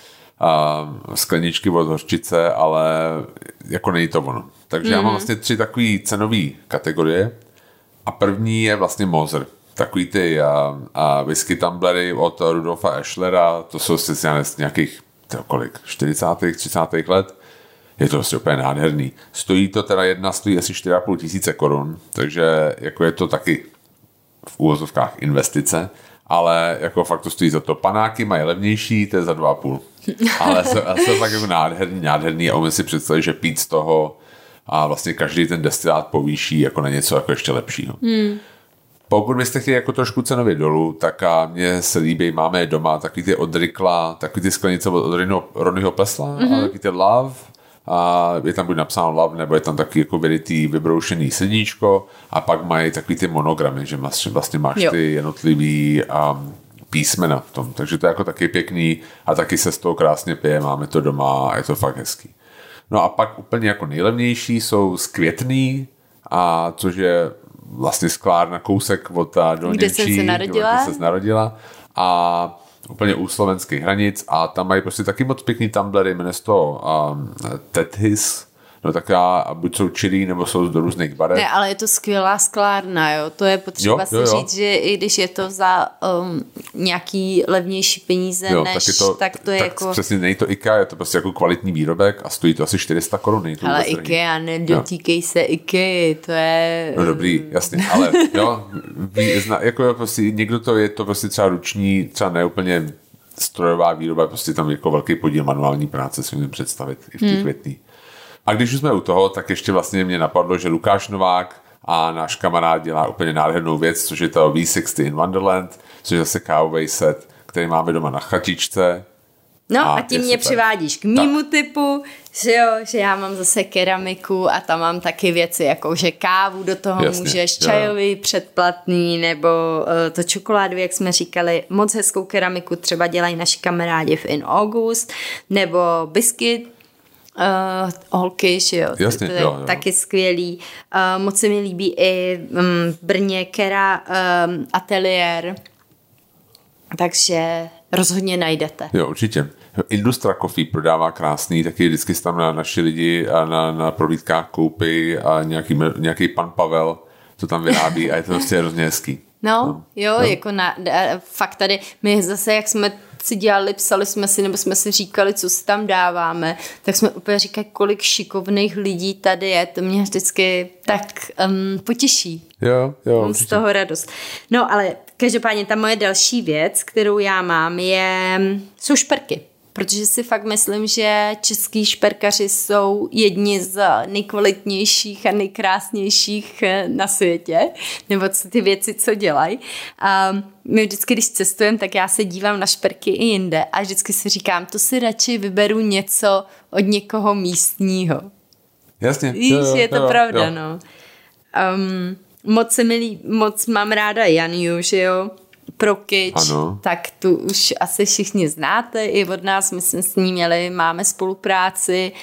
[SPEAKER 1] uh, skleničky od hořčice, ale jako není to ono. Takže mm. já mám vlastně tři takové cenové kategorie a první je vlastně Moser. Takový ty uh, uh, whisky tumblery od Rudolfa Eschlera, to jsou si z nějakých tyjo, kolik, čtyřicátých, třicátých let. Je to prostě úplně nádherný. Stojí to teda jedna, stojí asi čtyři a půl tisíce korun, takže jako je to taky v úvozovkách investice, ale jako fakt to stojí za to. Panáky mají levnější, to je za dva a půl. Ale jsou fakt jako nádherný, nádherný a umím si představit, že pít z toho a vlastně každý ten destilát povýší jako na něco jako ještě lepšího. Hmm. Pokud byste chtěli jako trošku cenově dolů, tak a mně se líbí, máme doma takový ty od Rikla, takový ty sklenice od Ronnyho Plessla, mm-hmm. a takový ty Love, a je tam buď napsáno Love, nebo je tam taky jako vyrytý vybroušený sedíčko a pak mají takový ty monogramy, že vlastně máš jo. ty jednotlivý um, písmena v tom, takže to je jako taky pěkný a taky se z toho krásně pije, máme to doma a je to fakt hezký. No a pak úplně jako nejlevnější jsou z Květný, a což je vlastně sklárna kousek od Dolněčí,
[SPEAKER 2] kde jsem se narodila.
[SPEAKER 1] Kde se narodila a úplně u slovenských hranic a tam mají prostě taky moc pěkný tumblery, jmenuje se to um, Tethys, no tak já, buď jsou čirý, nebo jsou z různých barev.
[SPEAKER 2] Ne, ale je to skvělá sklárna, jo, to je potřeba jo, si jo, jo. říct, že i když je to za um, nějaký levnější peníze, jo, než, tak, to, tak to je
[SPEAKER 1] tak
[SPEAKER 2] jako...
[SPEAKER 1] přesně, není to IKEA, je to prostě jako kvalitní výrobek a stojí to asi čtyři sta korun.
[SPEAKER 2] Ale IKEA, nedotýkej jo. se IKEA, to je...
[SPEAKER 1] No dobrý, jasně, ale jo, ví, zna, jako prostě někdo to je to prostě třeba ruční, třeba neúplně strojová výroba, prostě tam jako velký podíl manuální práce si můžeme představit i v těch hmm. Květný. A když už jsme u toho, tak ještě vlastně mě napadlo, že Lukáš Novák a náš kamarád dělá úplně nádhernou věc, což je to V šedesát in Wonderland, což je zase kávový set, který máme doma na chatičce.
[SPEAKER 2] No a, a tím mě super. Přivádíš k mýmu typu, že jo, že já mám zase keramiku a tam mám taky věci, jako že kávu do toho jasně, můžeš, čajový, jo. předplatný, nebo uh, to čokoládu, jak jsme říkali, moc hezkou keramiku třeba dělají naši kamarádi v In August, nebo biscuit, Uh, holky, že jo,
[SPEAKER 1] jasně,
[SPEAKER 2] to je
[SPEAKER 1] jo, jo.
[SPEAKER 2] taky skvělý. Uh, moc se mi líbí i um, v Brně Kera um, ateliér, takže rozhodně najdete.
[SPEAKER 1] Jo, určitě. Industra Coffee prodává krásný, taky vždycky tam na naši lidi a na, na prohlídkách koupí a nějaký, nějaký pan Pavel to tam vyrábí a je to prostě hrozně hezký.
[SPEAKER 2] No, no, jo, no. jako na, fakt tady, my zase, jak jsme si dělali, psali jsme si, nebo jsme si říkali, co si tam dáváme, tak jsme úplně říkali, kolik šikovných lidí tady je, to mě vždycky tak um, potěší.
[SPEAKER 1] Jo, jo.
[SPEAKER 2] Mám z toho radost. No, ale každopádně ta moje další věc, kterou já mám, je, jsou šperky. Protože si fakt myslím, že český šperkaři jsou jedni z nejkvalitnějších a nejkrásnějších na světě, nebo co ty věci, co dělají. A my vždycky, když cestujeme, tak já se dívám na šperky i jinde a vždycky si říkám, to si radši vyberu něco od někoho místního.
[SPEAKER 1] Jasně.
[SPEAKER 2] Víš, jo, jo, je to jo, pravda, jo. no. Um, moc se mi líbí, moc mám ráda Janiu, že jo? Prokyč,
[SPEAKER 1] ano.
[SPEAKER 2] tak tu už asi všichni znáte, i od nás, my jsme s ní měli, máme spolupráci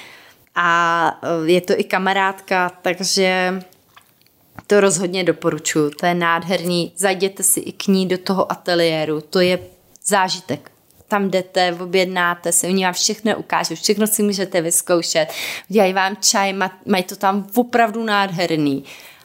[SPEAKER 2] a je to i kamarádka, takže to rozhodně doporučuji, to je nádherný, zajděte si i k ní do toho ateliéru, to je zážitek. Tam jdete, objednáte se, oni vám všechno ukážou, všechno si můžete vyzkoušet, dělají vám čaj, mají to tam opravdu nádherný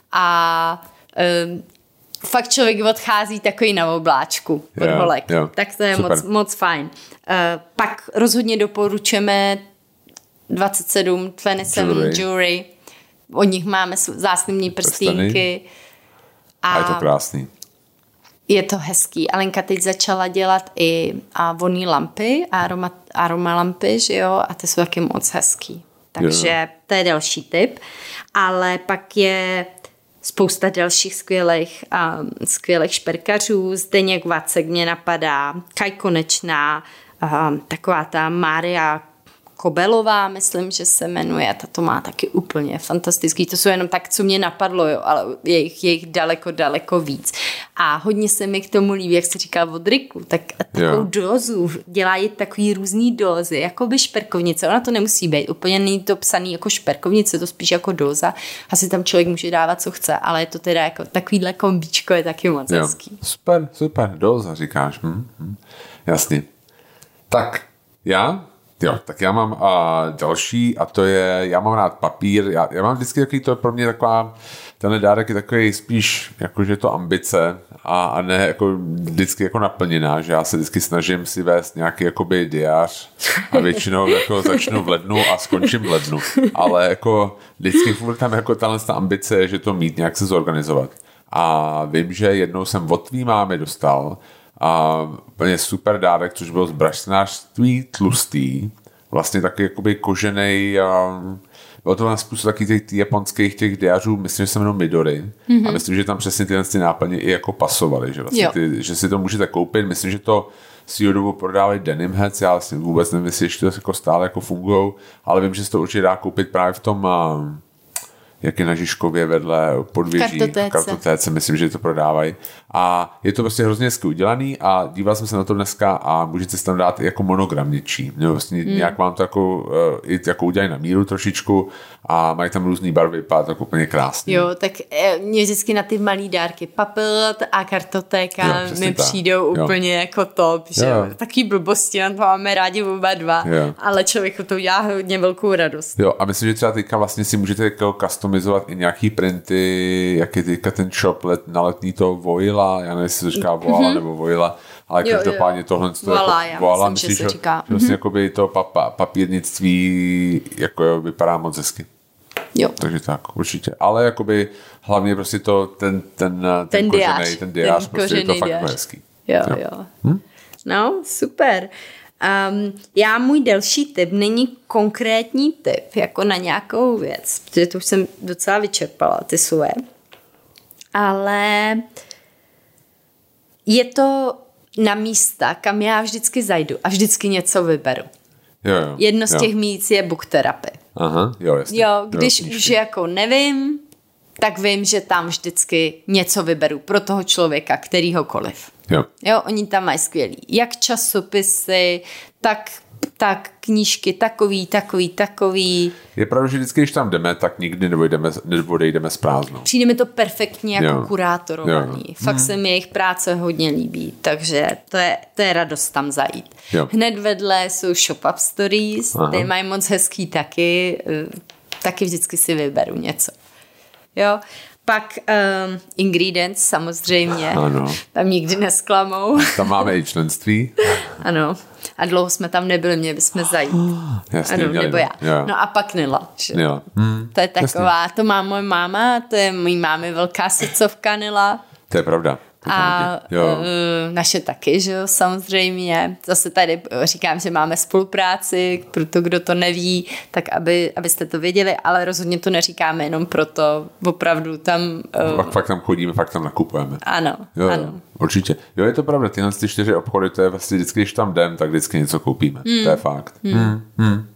[SPEAKER 2] a um, fakt člověk odchází takový na obláčku od yeah, holek. Yeah. Tak to je moc, moc fajn. Uh, pak rozhodně doporučujeme dvacet sedm, dvacet sedm Jewelry. Jewelry. Od nich máme zásnubní prstínky.
[SPEAKER 1] A, a je to krásný.
[SPEAKER 2] Je to hezký. Alenka teď začala dělat i a vonný lampy, aroma, aroma lampy, že jo? A ty jsou taky moc hezký. Takže yeah. to je další tip. Ale pak je spousta dalších skvělých, um, skvělých šperkařů. Zdeněk Vacek mě napadá, Kaj Konečná, um, taková ta Mária Kobelová, myslím, že se jmenuje, ta to má taky úplně fantastický. To jsou jenom tak, co mě napadlo, jo, ale je jich, je jich daleko, daleko víc. A hodně se mi k tomu líbí, jak jsi říkal od Riku, tak takovou yeah. dózu, dělají takový různý dózy, jako by šperkovnice. Ona to nemusí být, úplně není to psaný jako šperkovnice, to spíš jako dóza. Asi tam člověk může dávat, co chce, ale je to teda jako takovýhle kombíčko, je taky moc jo. hezký.
[SPEAKER 1] Super, super, dóza říkáš. Hm, hm. Jasně. Tak, já... Jo, tak já mám a další a to je, já mám rád papír, já, já mám vždycky takový, to je pro mě taková, tenhle dárek je takový spíš, jakože to ambice a, a ne jako vždycky jako naplněná, že já se vždycky snažím si vést nějaký jakoby diář a většinou jako začnu v lednu a skončím v lednu, ale jako vždycky furt tam jako tahle ambice, že to mít nějak se zorganizovat. A vím, že jednou jsem od tvý mámy dostal a úplně super dárek, což byl z brašnářství tlustý, vlastně taky jakoby koženej, bylo to na způsob taky těch japonských těch diářů, myslím, že se jmenují Midori mm-hmm. a myslím, že tam přesně tyhle ty náplně i jako pasovaly, že, vlastně ty, že si to můžete koupit, myslím, že to si dobu prodávají Denim Heads, já vlastně vůbec nevím, jestli ještě to jako stále jako fungujou, ale vím, že se to určitě dá koupit právě v tom jak je na Žižkově vedle podvěží,
[SPEAKER 2] Kartotéce.
[SPEAKER 1] v Kartotéce, myslím, že to prodávají. A je to prostě hrozně hezky udělaný a díval jsem se na to dneska a můžete si tam dát jako monogram něčí. Vlastně hmm. Nějak mám to jako, jako udělají na míru trošičku a mají tam různý barvy, vypadá to jako úplně krásně.
[SPEAKER 2] Jo, tak mě vždycky na ty malý dárky Papilot a Kartotéka jo, mi tak. přijdou jo. úplně jako top, že jo. Takový blbosti, na to máme rádi oba dva, jo. ale člověku to udělá hodně velkou radost.
[SPEAKER 1] Jo, a myslím, že třeba teďka vlastně si můžete jako customizovat i nějaký printy, jak je teďka ten shop let, na letní to Voila, já nevím, jestli to říká Voila mm-hmm. nebo Voila, ale jo, každopádně jo. tohle to
[SPEAKER 2] Voila,
[SPEAKER 1] jako,
[SPEAKER 2] já
[SPEAKER 1] Voila,
[SPEAKER 2] myslím,
[SPEAKER 1] myslíš,
[SPEAKER 2] že se říká.
[SPEAKER 1] Že vlastně jako by to papa, papírnictví jako jo, vypadá moc hezky.
[SPEAKER 2] Jo.
[SPEAKER 1] Takže tak, určitě. Ale jakoby hlavně prostě to, ten, ten, ten,
[SPEAKER 2] ten
[SPEAKER 1] kořenej,
[SPEAKER 2] diář,
[SPEAKER 1] ten diář, ten prostě je to fakt
[SPEAKER 2] diář.
[SPEAKER 1] hezký.
[SPEAKER 2] Jo, jo. jo. Hm? No, super. Um, já můj další tip není konkrétní tip, jako na nějakou věc, protože to už jsem docela vyčerpala, ty svoje. Ale je to na místa, kam já vždycky zajdu a vždycky něco vyberu.
[SPEAKER 1] Jo, jo,
[SPEAKER 2] Jedno z
[SPEAKER 1] jo.
[SPEAKER 2] těch míst je book therapy.
[SPEAKER 1] Aha, jo, jasně.
[SPEAKER 2] Jo, když
[SPEAKER 1] jo,
[SPEAKER 2] už jako nevím, tak vím, že tam vždycky něco vyberu pro toho člověka, kterýhokoliv.
[SPEAKER 1] Jo.
[SPEAKER 2] Jo, oni tam mají skvělý jak časopisy, tak, tak knížky takový, takový, takový.
[SPEAKER 1] Je pravda, že vždycky, když tam jdeme, tak nikdy neodejdeme, neodejdeme s prázdnou.
[SPEAKER 2] Přijde mi to perfektně jako
[SPEAKER 1] jo.
[SPEAKER 2] kurátorovaný. Jo. Fakt hmm. se mi jejich práce hodně líbí, takže to je, to je radost tam zajít. Jo. Hned vedle jsou Shop-Up Stories, ty mají moc hezký taky, taky vždycky si vyberu něco. Jo. Pak um, Ingredients samozřejmě, ano. Tam nikdy nesklamou.
[SPEAKER 1] Tam máme i členství.
[SPEAKER 2] Ano. A dlouho jsme tam nebyli, měli bychom zajít.
[SPEAKER 1] Jasně,
[SPEAKER 2] ano,
[SPEAKER 1] měli,
[SPEAKER 2] nebo já.
[SPEAKER 1] Jo.
[SPEAKER 2] No a pak Nila.
[SPEAKER 1] Nila. Hmm,
[SPEAKER 2] to je taková, jasně. To má moje máma, to je mojí mámy velká srdcovka Nila.
[SPEAKER 1] To je pravda.
[SPEAKER 2] A jo. naše taky, že jo, samozřejmě. Zase tady říkám, že máme spolupráci, proto kdo to neví, tak aby, abyste to věděli, ale rozhodně to neříkáme jenom proto, opravdu tam...
[SPEAKER 1] Fakt, fakt tam chodíme, fakt tam nakupujeme.
[SPEAKER 2] Ano,
[SPEAKER 1] jo,
[SPEAKER 2] ano.
[SPEAKER 1] Určitě. Jo, je to pravda, tyhle ty čtyři obchody, to je vlastně vždycky, když tam jdem, tak vždycky něco koupíme. Hmm. To je fakt. Hmm. Hmm. Hmm.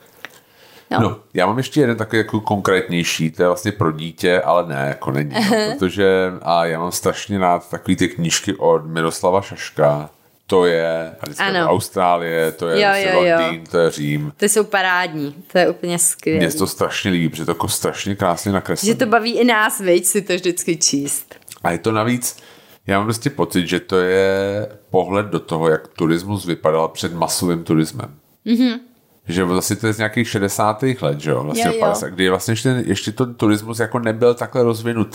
[SPEAKER 1] No. no, já mám ještě jeden takový jako konkrétnější, to je vlastně pro dítě, ale ne, jako není, no, protože a já mám strašně rád takový ty knížky od Miroslava Šaška, to je Austrálie, to je jo, jo, Londýn, to je Řím.
[SPEAKER 2] Ty jsou parádní, to je úplně skvělé.
[SPEAKER 1] Mně to strašně líbí, protože to jako strašně krásně nakreslené.
[SPEAKER 2] Že to baví i nás, veď, si to vždycky číst.
[SPEAKER 1] A je to navíc, já mám prostě pocit, že to je pohled do toho, jak turismus vypadal před masovým turismem. Mhm. Že vlastně to je z nějakých šedesátých let, že jo? Vlastně jo, jo. Kdy vlastně ještě, ještě ten turismus jako nebyl takhle rozvinutý.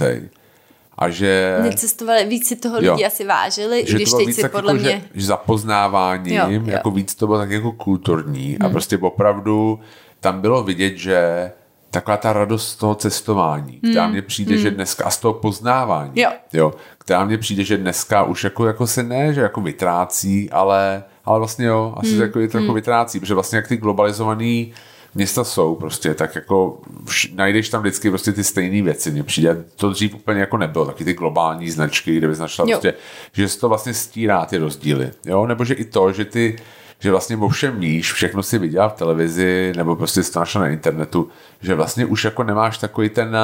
[SPEAKER 1] A že...
[SPEAKER 2] Necestovali, víc si toho lidi jo. asi vážili, že když teď si podle
[SPEAKER 1] jako,
[SPEAKER 2] mě...
[SPEAKER 1] Že, že zapoznáváním, jo, jo. jako víc to bylo tak jako kulturní hmm. a prostě opravdu tam bylo vidět, že taková ta radost z toho cestování, která hmm. mně přijde, hmm. že dneska, a z toho poznávání,
[SPEAKER 2] jo.
[SPEAKER 1] Jo, která mně přijde, že dneska už jako, jako se ne, že jako vytrácí, ale, ale vlastně jo, asi hmm. jako je trochu hmm. vytrácí, protože vlastně jak ty globalizovaný města jsou prostě, tak jako vš- najdeš tam vždycky prostě ty stejné věci, mně přijde, to dřív úplně jako nebylo, taky ty globální značky, kde bys našla prostě, že se to vlastně stírá ty rozdíly, jo, nebo že i to, že ty že vlastně o všem víš, všechno si viděla v televizi, nebo prostě si to našla na internetu, že vlastně už jako nemáš takový ten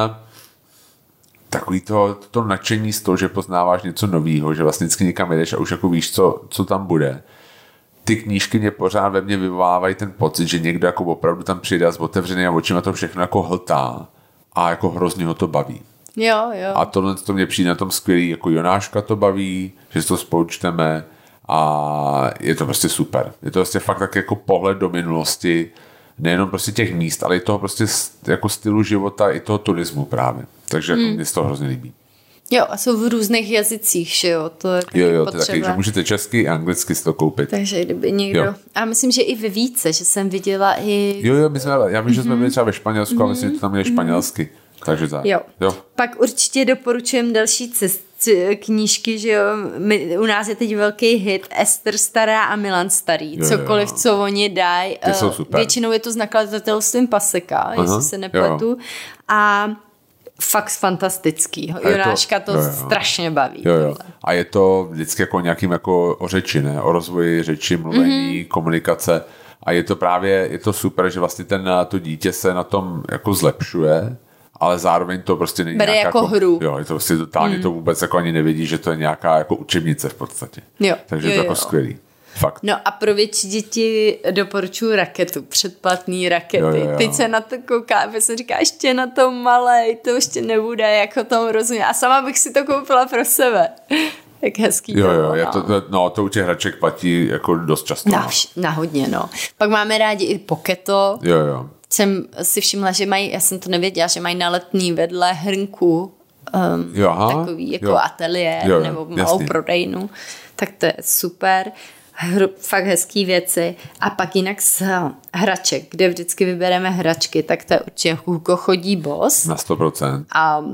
[SPEAKER 1] takový to, to nadšení z toho, že poznáváš něco novýho, že vlastně vždycky někam jdeš a už jako víš, co, co tam bude. Ty knížky mě pořád ve mně vyvolávají ten pocit, že někdo jako opravdu tam přijde s otevřeným očima to všechno jako hltá a jako hrozně ho to baví.
[SPEAKER 2] Jo, jo.
[SPEAKER 1] A tohle to mě přijde na tom skvělý, jako Jonáška to baví, že si to spolu čteme a je to prostě super. Je to prostě fakt tak jako pohled do minulosti, nejenom prostě těch míst, ale i toho prostě jako stylu života, i toho turismu právě. Takže jako hmm. mě se to hrozně líbí.
[SPEAKER 2] Jo, a jsou v různých jazycích, že jo? To je
[SPEAKER 1] jo, jo, to je taky, že můžete česky i anglicky si to koupit.
[SPEAKER 2] Takže kdyby někdo... Jo. A myslím, že i ve více, že jsem viděla i...
[SPEAKER 1] Jo, jo, my jsme, já vím, mm-hmm. že jsme byli třeba ve Španělsku, mm-hmm. a myslím, že to tam je španělsky. Takže tak.
[SPEAKER 2] Jo.
[SPEAKER 1] jo.
[SPEAKER 2] Pak určitě doporučujem další cest, knížky, že jo, my, u nás je teď velký hit Ester stará a Milan starý, jo, cokoliv, jo. co oni dají. Většinou je to s nakladatelstvím Paseka, Aha, jestli se nepletu. Jo. A fakt fantastický. Jonáška to, to jo, jo. strašně baví.
[SPEAKER 1] Jo, jo. A je to vždycky jako nějakým jako o řeči, ne? O rozvoji řeči, mluvení, mm-hmm. komunikace. A je to právě, je to super, že vlastně ten, to dítě se na tom jako zlepšuje, ale zároveň to prostě není
[SPEAKER 2] bere
[SPEAKER 1] nějaká...
[SPEAKER 2] jako hru.
[SPEAKER 1] Jo, je to prostě totálně mm. to vůbec jako ani nevidí, že to je nějaká jako učebnice v podstatě.
[SPEAKER 2] Jo.
[SPEAKER 1] Takže
[SPEAKER 2] jo,
[SPEAKER 1] je to jako
[SPEAKER 2] jo.
[SPEAKER 1] skvělý. Fakt.
[SPEAKER 2] No a pro větší děti doporučuji Raketu, předplatný Rakety. Jo, jo, jo. Teď se na to kouká, aby se říká, ještě na to malej, to ještě nebude, jako tomu rozumím. A sama bych si to koupila pro sebe. Jak hezký
[SPEAKER 1] jo,
[SPEAKER 2] to
[SPEAKER 1] jo,
[SPEAKER 2] bylo,
[SPEAKER 1] je
[SPEAKER 2] no.
[SPEAKER 1] to, no to u těch hraček platí jako dost často.
[SPEAKER 2] Na, na hodně, no. Pak máme rádi i Poketo.
[SPEAKER 1] Jo, jo.
[SPEAKER 2] Jsem si všimla, že mají, já jsem to nevěděla, že mají na Letný vedle hrnku um,
[SPEAKER 1] jo, aha,
[SPEAKER 2] takový jako
[SPEAKER 1] jo.
[SPEAKER 2] ateliér
[SPEAKER 1] jo, jo,
[SPEAKER 2] nebo malou
[SPEAKER 1] jasný.
[SPEAKER 2] prodejnu. Tak to je super. Hru, fakt hezký věci. A pak jinak z hraček, kde vždycky vybereme hračky, tak to je určitě Hugo chodí boss.
[SPEAKER 1] Na sto procent.
[SPEAKER 2] A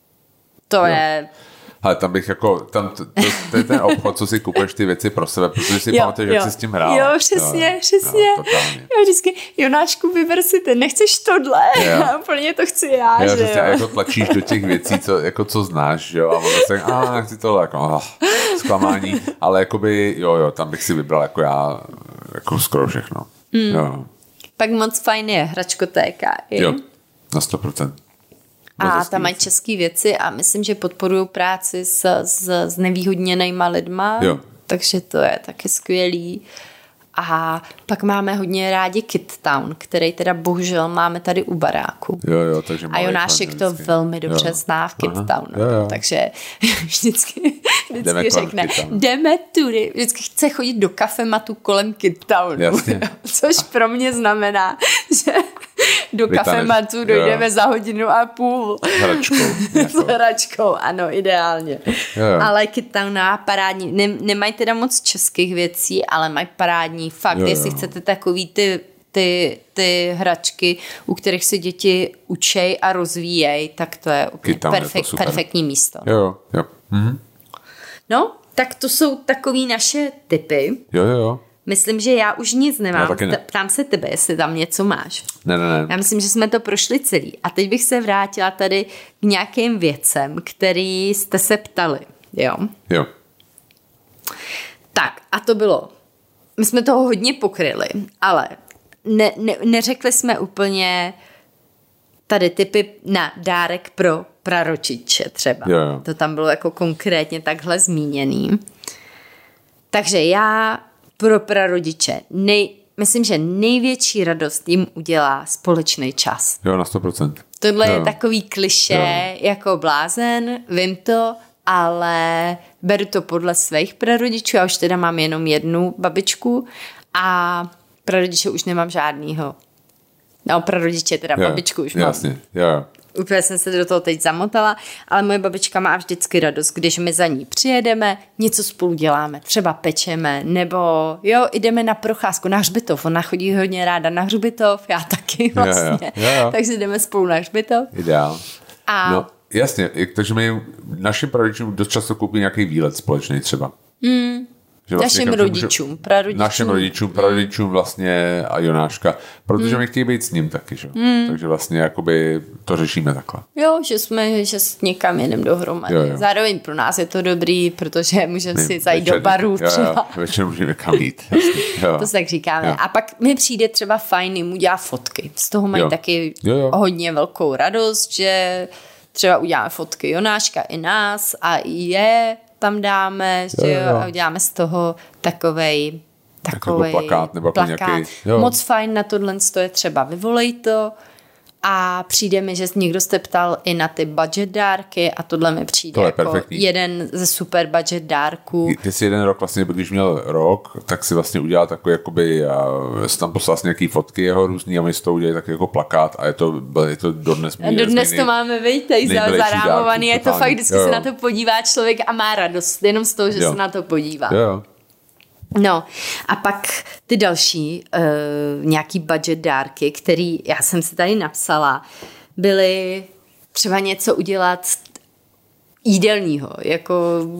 [SPEAKER 2] to jo. je...
[SPEAKER 1] Ale tam bych jako, tam to, to, to je ten obchod, co si kupuješ ty věci pro sebe, protože si
[SPEAKER 2] jo,
[SPEAKER 1] pamatuješ, jak jsi s tím hrál.
[SPEAKER 2] Jo, přesně, jo, přesně.
[SPEAKER 1] Jo, totálně.
[SPEAKER 2] Jo, vždycky, Jonáčku, vyber si ty, nechceš tohle?
[SPEAKER 1] Jo.
[SPEAKER 2] A úplně to chci já,
[SPEAKER 1] jo,
[SPEAKER 2] že
[SPEAKER 1] přesně,
[SPEAKER 2] jo.
[SPEAKER 1] a jako tlačíš do těch věcí, co, jako co znáš, jo, a ono se a chci tohle, jako, oh, zklamání, ale jakoby, jo, jo, tam bych si vybral jako já, jako skoro všechno. Mm. Jo.
[SPEAKER 2] Pak moc fajn je hračkotéka.
[SPEAKER 1] Jo, na sto procent.
[SPEAKER 2] A tam mají české věci a myslím, že podporují práci s, s, s nevýhodněnýma lidma,
[SPEAKER 1] jo.
[SPEAKER 2] takže to je taky skvělý. A pak máme hodně rádi Kid Town, který teda bohužel máme tady u baráku.
[SPEAKER 1] Jo, jo, takže
[SPEAKER 2] a Jonášek to velmi dobře
[SPEAKER 1] jo.
[SPEAKER 2] zná v Kid
[SPEAKER 1] Aha.
[SPEAKER 2] Townu,
[SPEAKER 1] jo, jo.
[SPEAKER 2] takže vždycky, vždycky
[SPEAKER 1] jdeme
[SPEAKER 2] řekne, jdeme tudy, vždycky chce chodit do kafematu kolem Kid Townu,
[SPEAKER 1] jasně.
[SPEAKER 2] což pro mě znamená, že do kafematu dojdeme za hodinu a půl.
[SPEAKER 1] S hračkou.
[SPEAKER 2] S hračkou, ano, ideálně.
[SPEAKER 1] Jo, jo.
[SPEAKER 2] Ale Kid Town má parádní, ne, nemají teda moc českých věcí, ale mají parádní fakt, jo, jestli jo. chcete takový ty, ty, ty hračky, u kterých se děti učej a rozvíjej, tak to je úplně perfekt, je perfektní místo.
[SPEAKER 1] Jo, jo. Mhm.
[SPEAKER 2] No, tak to jsou takový naše tipy.
[SPEAKER 1] Jo, jo, jo.
[SPEAKER 2] Myslím, že já už nic nemám.
[SPEAKER 1] Ne.
[SPEAKER 2] Ptám se tebe, jestli tam něco máš.
[SPEAKER 1] Ne, ne, ne.
[SPEAKER 2] Já myslím, že jsme to prošli celý. A teď bych se vrátila tady k nějakým věcem, který jste se ptali. Jo?
[SPEAKER 1] Jo.
[SPEAKER 2] Tak, a to bylo. My jsme toho hodně pokryli, ale ne, ne, neřekli jsme úplně tady tipy na dárek pro prarodiče třeba.
[SPEAKER 1] Jo, jo.
[SPEAKER 2] To tam bylo jako konkrétně takhle zmíněný. Takže já pro prarodiče nej, myslím, že největší radost jim udělá společný čas.
[SPEAKER 1] Jo, na sto procent.
[SPEAKER 2] Tohle
[SPEAKER 1] jo.
[SPEAKER 2] je takový klišé jo. jako blázen, vím to, ale beru to podle svých prarodičů. Já už teda mám jenom jednu babičku a prarodiče už nemám žádnýho. No, prarodiče, teda
[SPEAKER 1] jo,
[SPEAKER 2] babičku už
[SPEAKER 1] jasně,
[SPEAKER 2] mám.
[SPEAKER 1] jo.
[SPEAKER 2] Úplně jsem se do toho teď zamotala, ale moje babička má vždycky radost, když my za ní přijedeme, něco spolu děláme, třeba pečeme, nebo jo, jdeme na procházku, na hřbitov, ona chodí hodně ráda na hřbitov, já taky vlastně,
[SPEAKER 1] jo, jo, jo.
[SPEAKER 2] takže jdeme spolu na hřbitov.
[SPEAKER 1] Ideál.
[SPEAKER 2] A...
[SPEAKER 1] No, jasně, takže my našim prarodičům dost často koupí nějaký výlet společný třeba.
[SPEAKER 2] Mm. Že vlastně našim rodičům, může, prarodičům.
[SPEAKER 1] Našim rodičům, prarodičům vlastně a Jonáška, protože mm. my chtějí být s ním taky, že? Mm. Takže vlastně jakoby to řešíme takhle.
[SPEAKER 2] Jo, že jsme, že s někam jedem dohromady. Jo, jo. Zároveň pro nás je to dobrý, protože můžeme si zajít do baru třeba.
[SPEAKER 1] Jo, večer můžeme kam jít. Jo.
[SPEAKER 2] To se tak říkáme. Jo. A pak mi přijde třeba fajn jim udělat fotky. Z toho mají jo. taky jo, jo. hodně velkou radost, že třeba uděláme fotky Jonáška i nás a i je tam dáme, že jo, jo, a uděláme z toho takovej, takovej
[SPEAKER 1] jako plakát, nebo
[SPEAKER 2] plakát.
[SPEAKER 1] Nějaký, jo.
[SPEAKER 2] Moc fajn na tohle je třeba vyvolej to a přijde mi, že někdo jste ptal i na ty budget dárky a tohle mi přijde
[SPEAKER 1] to
[SPEAKER 2] jako jeden ze super budget dárků.
[SPEAKER 1] Ty jsi jeden rok vlastně, když měl rok, tak si vlastně udělal takový, jakoby, jsi tam poslal nějaký fotky jeho různý a my si to udělali taky jako plakát a je to, je to dodnes můj
[SPEAKER 2] Dodnes nej, to máme, vejtej, zarámovaný, je to fakt, vždycky
[SPEAKER 1] jo.
[SPEAKER 2] se na to podívá člověk a má radost, jenom z toho, že
[SPEAKER 1] jo.
[SPEAKER 2] se na to podívá.
[SPEAKER 1] Jo.
[SPEAKER 2] No a pak ty další uh, nějaký budget dárky, který já jsem si tady napsala, byly třeba něco udělat jídelního, jako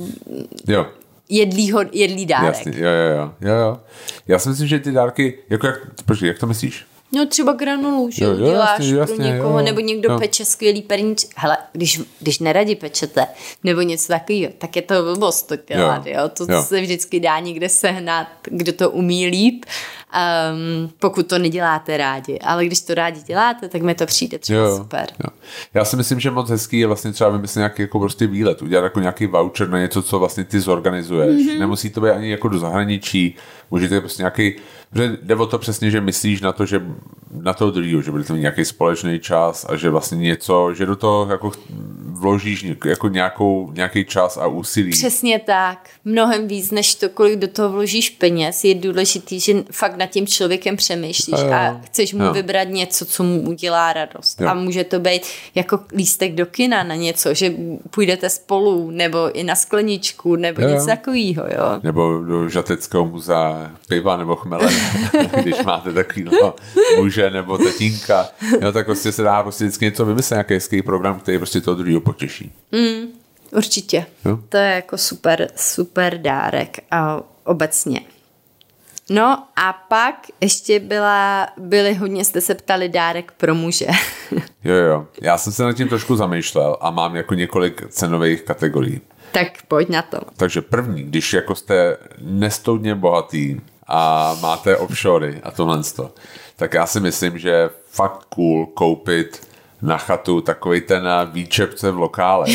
[SPEAKER 1] jo.
[SPEAKER 2] jedlýho, jedlý dárek.
[SPEAKER 1] Jasně, jo, jo, jo, jo. Já si myslím, že ty dárky, jako jak, počkej, jak to myslíš?
[SPEAKER 2] No třeba granulu, že jo, děláš jasně, jasně, pro někoho, jo, nebo někdo jo. peče skvělý perníček. Hele, když, když neradi pečete, nebo něco takového, tak je to blbost to dělat, jo. jo. To jo. se vždycky dá někde sehnat, kdo to umí líp, um, pokud to neděláte rádi. Ale když to rádi děláte, tak mi to přijde třeba jo, super.
[SPEAKER 1] Jo. Já si myslím, že moc hezký je vlastně třeba vymyslet nějaký jako prostě výlet, udělat jako nějaký voucher na něco, co vlastně ty zorganizuješ. Mm-hmm. Nemusí to být ani jako do zahraničí, můžete prostě nějaký, protože jde o to přesně, že myslíš na to, že na toho druhého, že budete mít nějaký společný čas a že vlastně něco, že do toho jako vložíš jako nějakou, nějaký čas a úsilí.
[SPEAKER 2] Přesně tak. Mnohem víc, než to, kolik do toho vložíš peněz, je důležitý, že fakt nad tím člověkem přemýšlíš a, a chceš mu jo. vybrat něco, co mu udělá radost. Jo. A může to být jako lístek do kina na něco, že půjdete spolu, nebo i na skleničku, nebo jo. něco takového, jo.
[SPEAKER 1] Nebo do Žateckého muzea piva nebo chmele, když máte takový no, muže nebo tatínka. Jo, tak prostě se dá prostě vždycky něco vymyslet, nějaký hezký program, který prostě toho druhého potěší.
[SPEAKER 2] Mm, určitě. Jo? To je jako super, super dárek a obecně. No a pak ještě byla, byli hodně, jste se ptali dárek pro muže.
[SPEAKER 1] jo, jo. Já jsem se nad tím trošku zamýšlel a mám jako několik cenových kategorií.
[SPEAKER 2] Tak pojď na to.
[SPEAKER 1] Takže první, když jako jste nestoudně bohatý a máte offshory a tohle, tak já si myslím, že je fakt cool koupit na chatu takovej ten výčepce v lokále.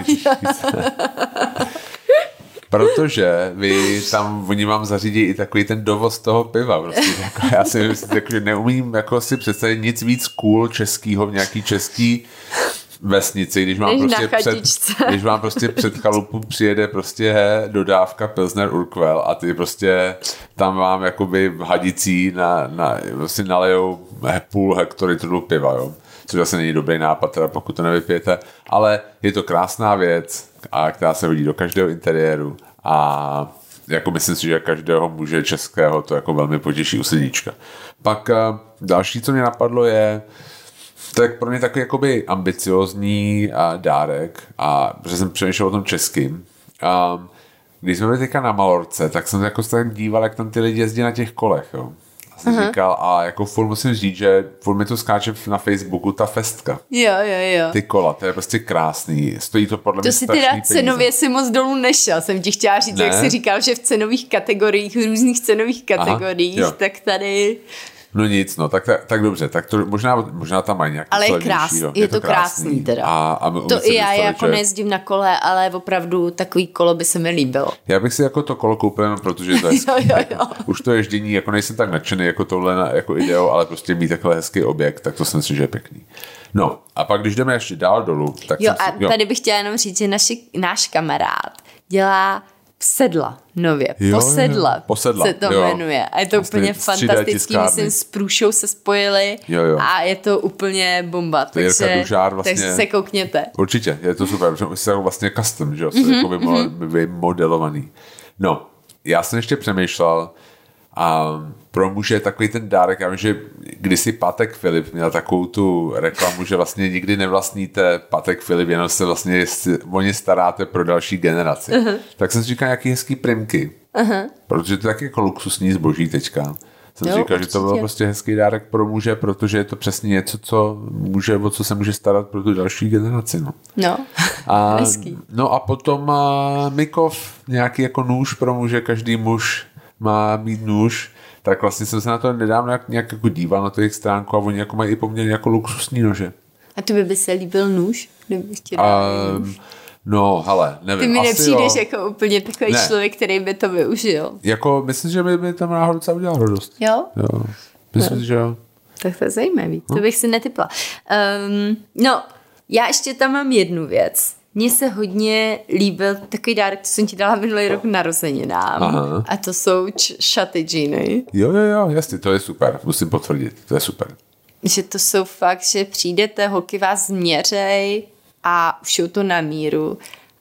[SPEAKER 1] Protože vy tam, oni vám zařídí i takový ten dovoz toho piva. Prostě, jako, já si myslím, jako, že neumím jako si představit nic víc cool českýho v nějaký český vesnici, když vám, prostě před, když vám prostě před chalupu přijede prostě dodávka Pilsner Urquell a ty prostě tam vám jakoby v hadicí na, na, prostě nalejou půl hektolitru piva, jo. Což zase není dobrý nápad, teda pokud to nevypijete, ale je to krásná věc, a která se hodí do každého interiéru a jako myslím si, že každého muže českého to jako velmi potěší u sedíčka. Pak další, co mě napadlo, je tak pro mě takový jakoby ambiciozní dárek, a protože jsem přemýšlel o tom českým. Um, když jsme byli teďka na Malorce, tak jsem jako se tak díval, jak tam ty lidi jezdí na těch kolech, jo. A jsem uh-huh. říkal, a jako furt musím říct, že furt mi to skáče na Facebooku ta festka.
[SPEAKER 2] Jo, jo, jo.
[SPEAKER 1] Ty kola, to je prostě krásný. Stojí to podle
[SPEAKER 2] to
[SPEAKER 1] mě
[SPEAKER 2] strašný peníze. To si teda cenově si moc dolů nešel. Jsem ti chtěla říct, ne? Jak jsi říkal, že v cenových kategoriích, v různých cenových kategoriích, aha, tak tady...
[SPEAKER 1] No nic, no, tak, tak, tak dobře, tak to možná, možná tam mají nějaký
[SPEAKER 2] ale je krásný, je, je to krásný, krásný teda. A, a to i já jako že... nejezdím na kole, ale opravdu takový kolo by se mi líbilo.
[SPEAKER 1] Já bych si jako to kolo koupil, protože to je
[SPEAKER 2] jo, jo, jo.
[SPEAKER 1] Už to ježdění, jako nejsem tak nadšený jako tohle jako ideo, ale prostě mít takhle hezký objekt, tak to si myslím, že je pěkný. No, a pak když jdeme ještě dál dolů, tak
[SPEAKER 2] jo,
[SPEAKER 1] jsem
[SPEAKER 2] si, jo. A tady bych chtěla jenom říct, že naši, náš kamarád dělá sedla nově. Jo, Posedla,
[SPEAKER 1] Posedla
[SPEAKER 2] se to jo. jmenuje. A je to vlastně úplně fantastický. Myslím, s Průšou se spojili jo, jo. a je to úplně bomba. Takže,
[SPEAKER 1] Dužár vlastně,
[SPEAKER 2] takže se koukněte.
[SPEAKER 1] Určitě, je to super, protože je vlastně custom, že jo, mm-hmm, jako mm-hmm. vymodelovaný. No, já jsem ještě přemýšlel, a pro muže je takový ten dárek, já vím, že kdysi Patek Filip měl takovou tu reklamu, že vlastně nikdy nevlastníte Patek Filip, jenom se vlastně o ně staráte pro další generaci. Uh-huh. Tak jsem si říkal, jaký hezký primky, uh-huh. protože to je taky jako luxusní zboží teďka. Jsem jo, si říkal, určitě. Že to byl prostě hezký dárek pro muže, protože je to přesně něco, co může, o co se může starat pro tu další generaci. No,
[SPEAKER 2] no.
[SPEAKER 1] A, hezký. No a potom uh, Mikov, nějaký jako nůž pro muže, každý muž má mít nůž, tak vlastně jsem se na to nedávno nějak, nějak jako díval na tu jejich stránku a oni jako mají i poměrně jako luxusní nože.
[SPEAKER 2] A ty by by se líbil nůž?
[SPEAKER 1] Um, no, hele, nevím.
[SPEAKER 2] Ty mi nepřijdeš
[SPEAKER 1] jo.
[SPEAKER 2] jako úplně takový ne. člověk, který by to využil.
[SPEAKER 1] Jako, myslím, že by, by tam náhodou docela udělal radost.
[SPEAKER 2] Jo?
[SPEAKER 1] Jo, myslím, no. že jo.
[SPEAKER 2] Tak to je zajímavý, no. To bych si netypla. Um, no, já ještě tam mám jednu věc. Mně se hodně líbil takový dárek, co jsem ti dala minulý rok narozeninám. Aha. A to jsou č- šaty džíny.
[SPEAKER 1] Jo, jo, jo, jasně, to je super, musím potvrdit, to je super.
[SPEAKER 2] Že to jsou fakt, že přijdete, holky vás změřej a všou to na míru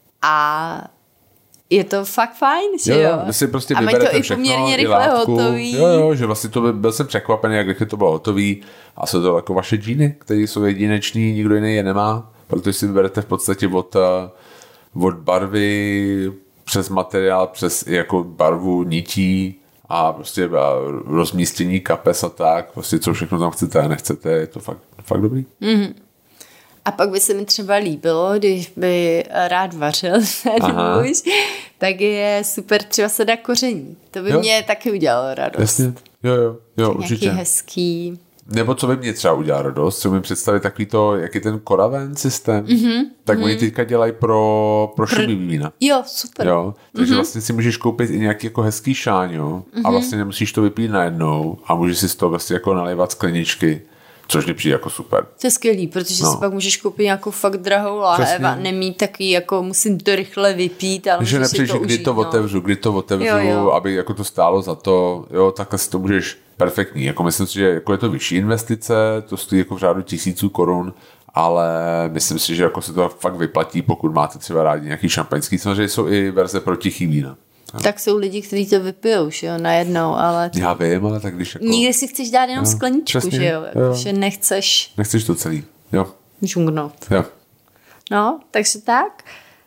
[SPEAKER 2] a je to fakt fajn, že jo?
[SPEAKER 1] jo? Si prostě
[SPEAKER 2] a mají to i poměrně rychle hotový.
[SPEAKER 1] Jo, jo, že vlastně to by, byl jsem překvapený, jak rychle to bylo hotový a jsou to jako vaše džíny, které jsou jedineční, nikdo jiný je nemá. Protože si vyberete v podstatě od, od barvy přes materiál, přes jako barvu nití a prostě a rozmístění kapes a tak, prostě co všechno tam chcete a nechcete, je to fakt, fakt dobrý.
[SPEAKER 2] Mm-hmm. A pak by se mi třeba líbilo, když by rád vařil ten muž, tak je super třeba sada koření. To by jo. mě taky udělalo radost.
[SPEAKER 1] Jasně, jo, jo, jo určitě.
[SPEAKER 2] Nějaký hezký.
[SPEAKER 1] Nebo co by mě třeba udělalo radost, co mi představit takový to, jak je ten koraven systém, mm-hmm, tak mm-hmm. oni teďka dělají pro, pro šumivý vína.
[SPEAKER 2] Jo, super.
[SPEAKER 1] Jo, takže mm-hmm. vlastně si můžeš koupit i nějaký jako hezký šáňo mm-hmm. a vlastně nemusíš to vypít najednou a můžeš si z toho vlastně jako nalévat skleničky, což mi přijde jako super.
[SPEAKER 2] To je skvělý, protože no. si pak můžeš koupit nějakou fakt drahou láhev a nemít takový, jako musím to rychle vypít, ale
[SPEAKER 1] že
[SPEAKER 2] můžeš si to
[SPEAKER 1] kdy
[SPEAKER 2] užít.
[SPEAKER 1] to
[SPEAKER 2] no.
[SPEAKER 1] otevřu, kdy to otevřu,
[SPEAKER 2] jo, jo.
[SPEAKER 1] aby jako to stálo za to, jo, takhle si to můžeš perfektní. Jako myslím si, že jako je to vyšší investice, to stojí jako v řádu tisíců korun, ale myslím si, že jako se to fakt vyplatí, pokud máte třeba rádi nějaký šampaňský. Samozřejmě jsou i verze pro tichý vína.
[SPEAKER 2] No. Tak jsou lidi, kteří to vypijou, že jo, najednou, ale...
[SPEAKER 1] Já vím, ale tak když jako...
[SPEAKER 2] Nikdy si chceš dát jenom no, skleničku, přesně, že jo, jako,
[SPEAKER 1] jo,
[SPEAKER 2] že nechceš...
[SPEAKER 1] Nechceš to celý, jo.
[SPEAKER 2] Žungnout.
[SPEAKER 1] Jo.
[SPEAKER 2] No, takže tak.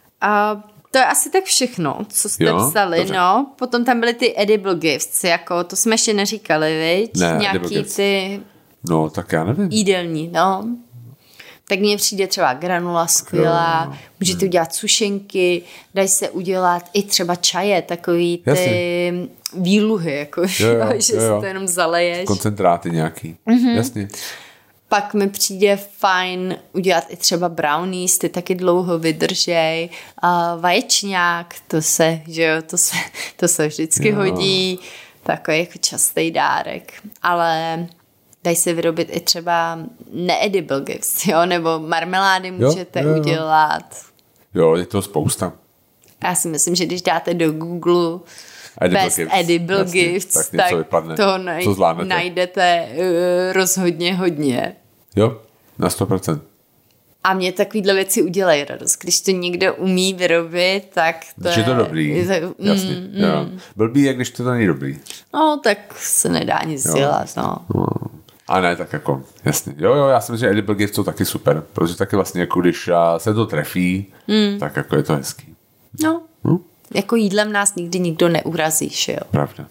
[SPEAKER 2] A to je asi tak všechno, co jste jo, psali, dobře. No. Potom tam byly ty edible gifts, jako, to jsme ještě neříkali, viď?
[SPEAKER 1] Ne,
[SPEAKER 2] nějaký ty...
[SPEAKER 1] No, tak já nevím.
[SPEAKER 2] Jídelní, no. Tak mně přijde třeba granula skvělá, jo, můžete hmm. udělat sušenky, dají se udělat i třeba čaje, takový ty jasně. výluhy, jako, jo, jo, že jo, jo. si to jenom zaleješ.
[SPEAKER 1] Koncentráty nějaký,
[SPEAKER 2] mm-hmm.
[SPEAKER 1] jasně.
[SPEAKER 2] Pak mi přijde fajn udělat i třeba brownies, ty taky dlouho vydržej. A vaječňák, to se, že jo, to se, to se vždycky jo. hodí, takový jako častý dárek. Ale dají se vyrobit i třeba needible gifts, jo, nebo marmelády můžete jo, jo, jo. udělat.
[SPEAKER 1] Jo, je to spousta.
[SPEAKER 2] Já si myslím, že když dáte do Google edible best gifts, edible jasný, gifts, tak, tak vypadne, to naj- najdete uh, rozhodně hodně.
[SPEAKER 1] Jo, na sto procent.
[SPEAKER 2] A mě takovýhle věci udělají radost. Když to někdo umí vyrobit, tak to
[SPEAKER 1] je... to dobrý, je to, mm, jasně. Mm. Jo. Blbý je, když to není dobrý.
[SPEAKER 2] No, tak se nedá nic jo. dělat, no.
[SPEAKER 1] no. A ne, tak jako, jasně. Jo, jo, já si myslím, že edible gifts jsou taky super, protože taky vlastně, jako když se to trefí, mm. tak jako je to hezký.
[SPEAKER 2] No, hm? Jako jídlem nás nikdy nikdo neurazí, že jo?
[SPEAKER 1] Pravda.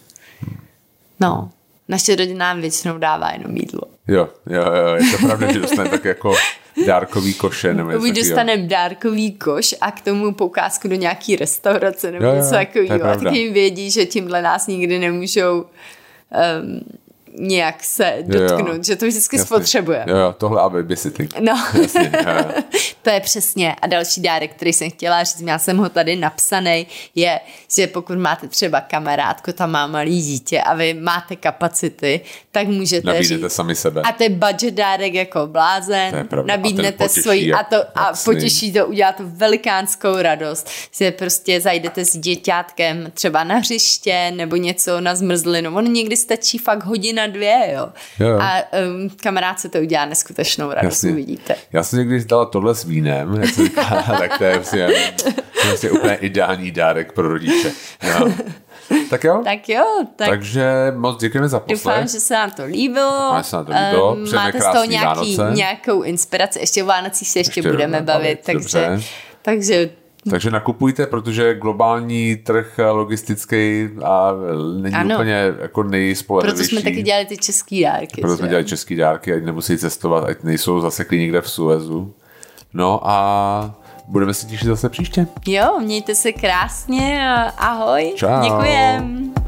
[SPEAKER 2] No, naše rodina nám většinou dává jenom jídlo.
[SPEAKER 1] Jo, jo, jo, je to pravda, že dostaneme tak jako dárkový koše.
[SPEAKER 2] My dostaneme dárkový koš a k tomu poukázku do nějaký restaurace nebo jo, něco takového. A taky jim vědí, že tímhle nás nikdy nemůžou um, nějak se dotknout, jo, jo. že to vždycky jasně. spotřebujeme.
[SPEAKER 1] Jo, jo, tohle a babysitting.
[SPEAKER 2] No, jasně, jo, jo. To je přesně. A další dárek, který jsem chtěla říct, já jsem ho tady napsaný, je, že pokud máte třeba kamarádku, tam má malý dítě a vy máte kapacity, tak můžete
[SPEAKER 1] nabídnete
[SPEAKER 2] říct.
[SPEAKER 1] Sami sebe.
[SPEAKER 2] A to je budget dárek jako blázen, nabídnete svoji a, to, a potěší to, udělá to velikánskou radost, že prostě zajdete s děťátkem třeba na hřiště nebo něco na zmrzlinu. Ono někdy stačí fakt hodina dvě, jo. jo. A um, kamarád se to udělá neskutečnou radost, jasně. Uvidíte.
[SPEAKER 1] Já jsem někdy dala tohle s vínem, jak se říká, tak to je vlastně, vlastně úplně ideální dárek pro rodiče. Jo. Tak jo?
[SPEAKER 2] Tak jo. Tak
[SPEAKER 1] Takže moc děkujeme za poslech.
[SPEAKER 2] Doufám, že se vám to líbilo.
[SPEAKER 1] Doufám, že se vám to líbilo. Um,
[SPEAKER 2] máte z toho nějaký, nějakou inspiraci. Ještě o Vánocích se ještě, ještě budeme bavit. Takže, takže
[SPEAKER 1] Takže nakupujte, protože globální trh logistický a není ano. úplně jako nejspolehlivější.
[SPEAKER 2] Proto jsme taky dělali ty český dárky.
[SPEAKER 1] Proto jsme dělali český dárky, ať nemusí cestovat, ať nejsou zasekli někde v Suezu. No a budeme se těšit zase příště.
[SPEAKER 2] Jo, mějte se krásně a ahoj.
[SPEAKER 1] Čau.
[SPEAKER 2] Děkujem.